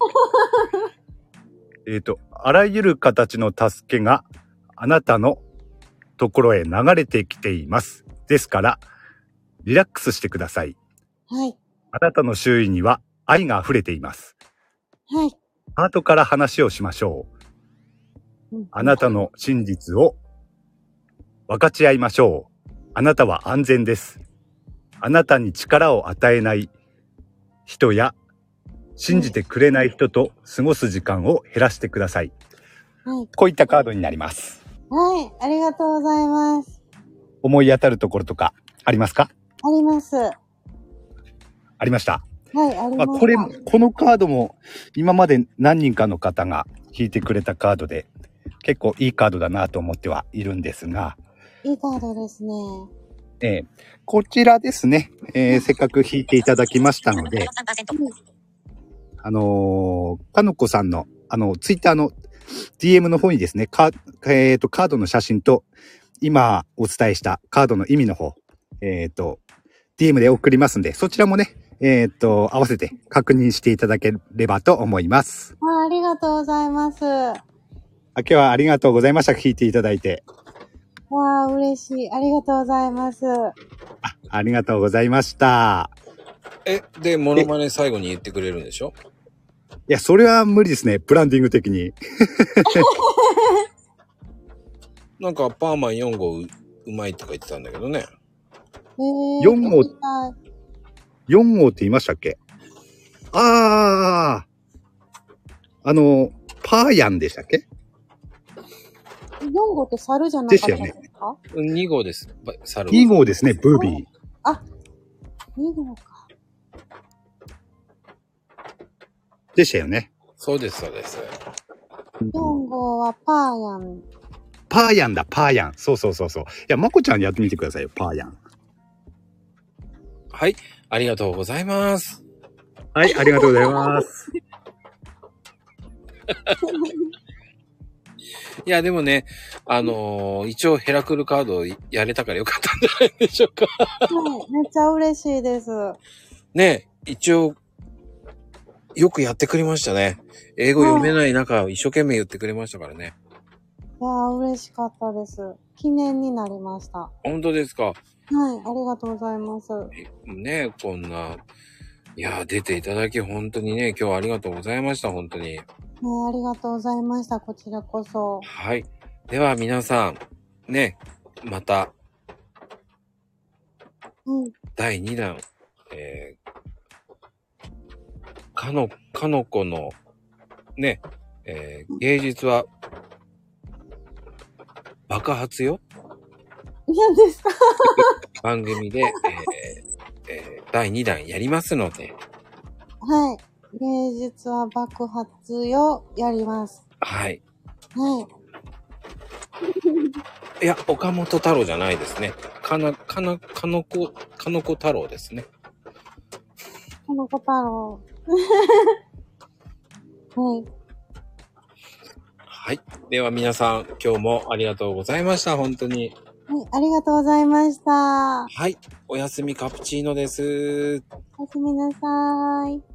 あらゆる形の助けがあなたのところへ流れてきています。ですから、リラックスしてください。 はい。 あなたの周囲には愛が溢れています。 はい。 ハートから話をしましょう。あなたの真実を分かち合いましょう。あなたは安全です。あなたに力を与えない人や信じてくれない人と過ごす時間を減らしてください。 はい。 こういったカードになります。 はい。ありがとうございます。 思い当たるところとかありますか？ あります。 ありました。 はい、ありました。 このカードも今まで何人かの方が引いてくれたカードで結構いいカードだなと思ってはいるんですが。 いいカードですね。 こちらですね、せっかく引いていただきましたので、かのこさんのツイッターの DM の方にですね、カードの写真と今お伝えしたカードの意味の方、DM で送りますんで、そちらもね、合わせて確認していただければと思います。 ありがとうございます。 今日はありがとうございました。聞いていただいて。 わー、嬉しい。ありがとうございます。 ありがとうございました。 で、モノマネ最後に言ってくれるんでしょ？ いや、それは無理ですね。ブランディング的に。 なんか、パーマン4号うまいとか言ってたんだけどね。 4号、4号って言いましたっけ？パーヤンでしたっけ ？4号って猿じゃなかったですか？ でしたよね。2号です。猿。 2号ですね、ブービー。 あ、2号か。 でしたよね。 そうです、そうです。 4号はパーヤン。 パーヤンだ、パーヤン。そう。いや、まこちゃんやってみてくださいよ、パーヤン。 はい、ありがとうございます。 はい、ありがとうございます。 いや、でもね、一応ヘラクルカードやれたからよかったんじゃないでしょうか。 はい、めっちゃ嬉しいです。 ね、一応、よくやってくれましたね。英語読めない中、一生懸命言ってくれましたからね。 いやー、嬉しかったです。記念になりました。 本当ですか？ はい、ありがとうございます。 ね、こんな、いや、出ていただき、本当にね、今日はありがとうございました、本当に。 ありがとうございました。こちらこそ。 はい。では皆さん、ね、また、第2弾、かのこの、ね、芸術は、爆発よ。 嫌ですか？ 番組で、第2弾やりますので。 はい。芸術は爆発よ、やります。 はい。 はい。 いや、岡本太郎じゃないですね。かのこ太郎ですね。 かのこ太郎。はい。 はい。では皆さん、今日もありがとうございました。本当に。 はい、ありがとうございました。 はい。おやすみカプチーノです。 おやすみなさーい。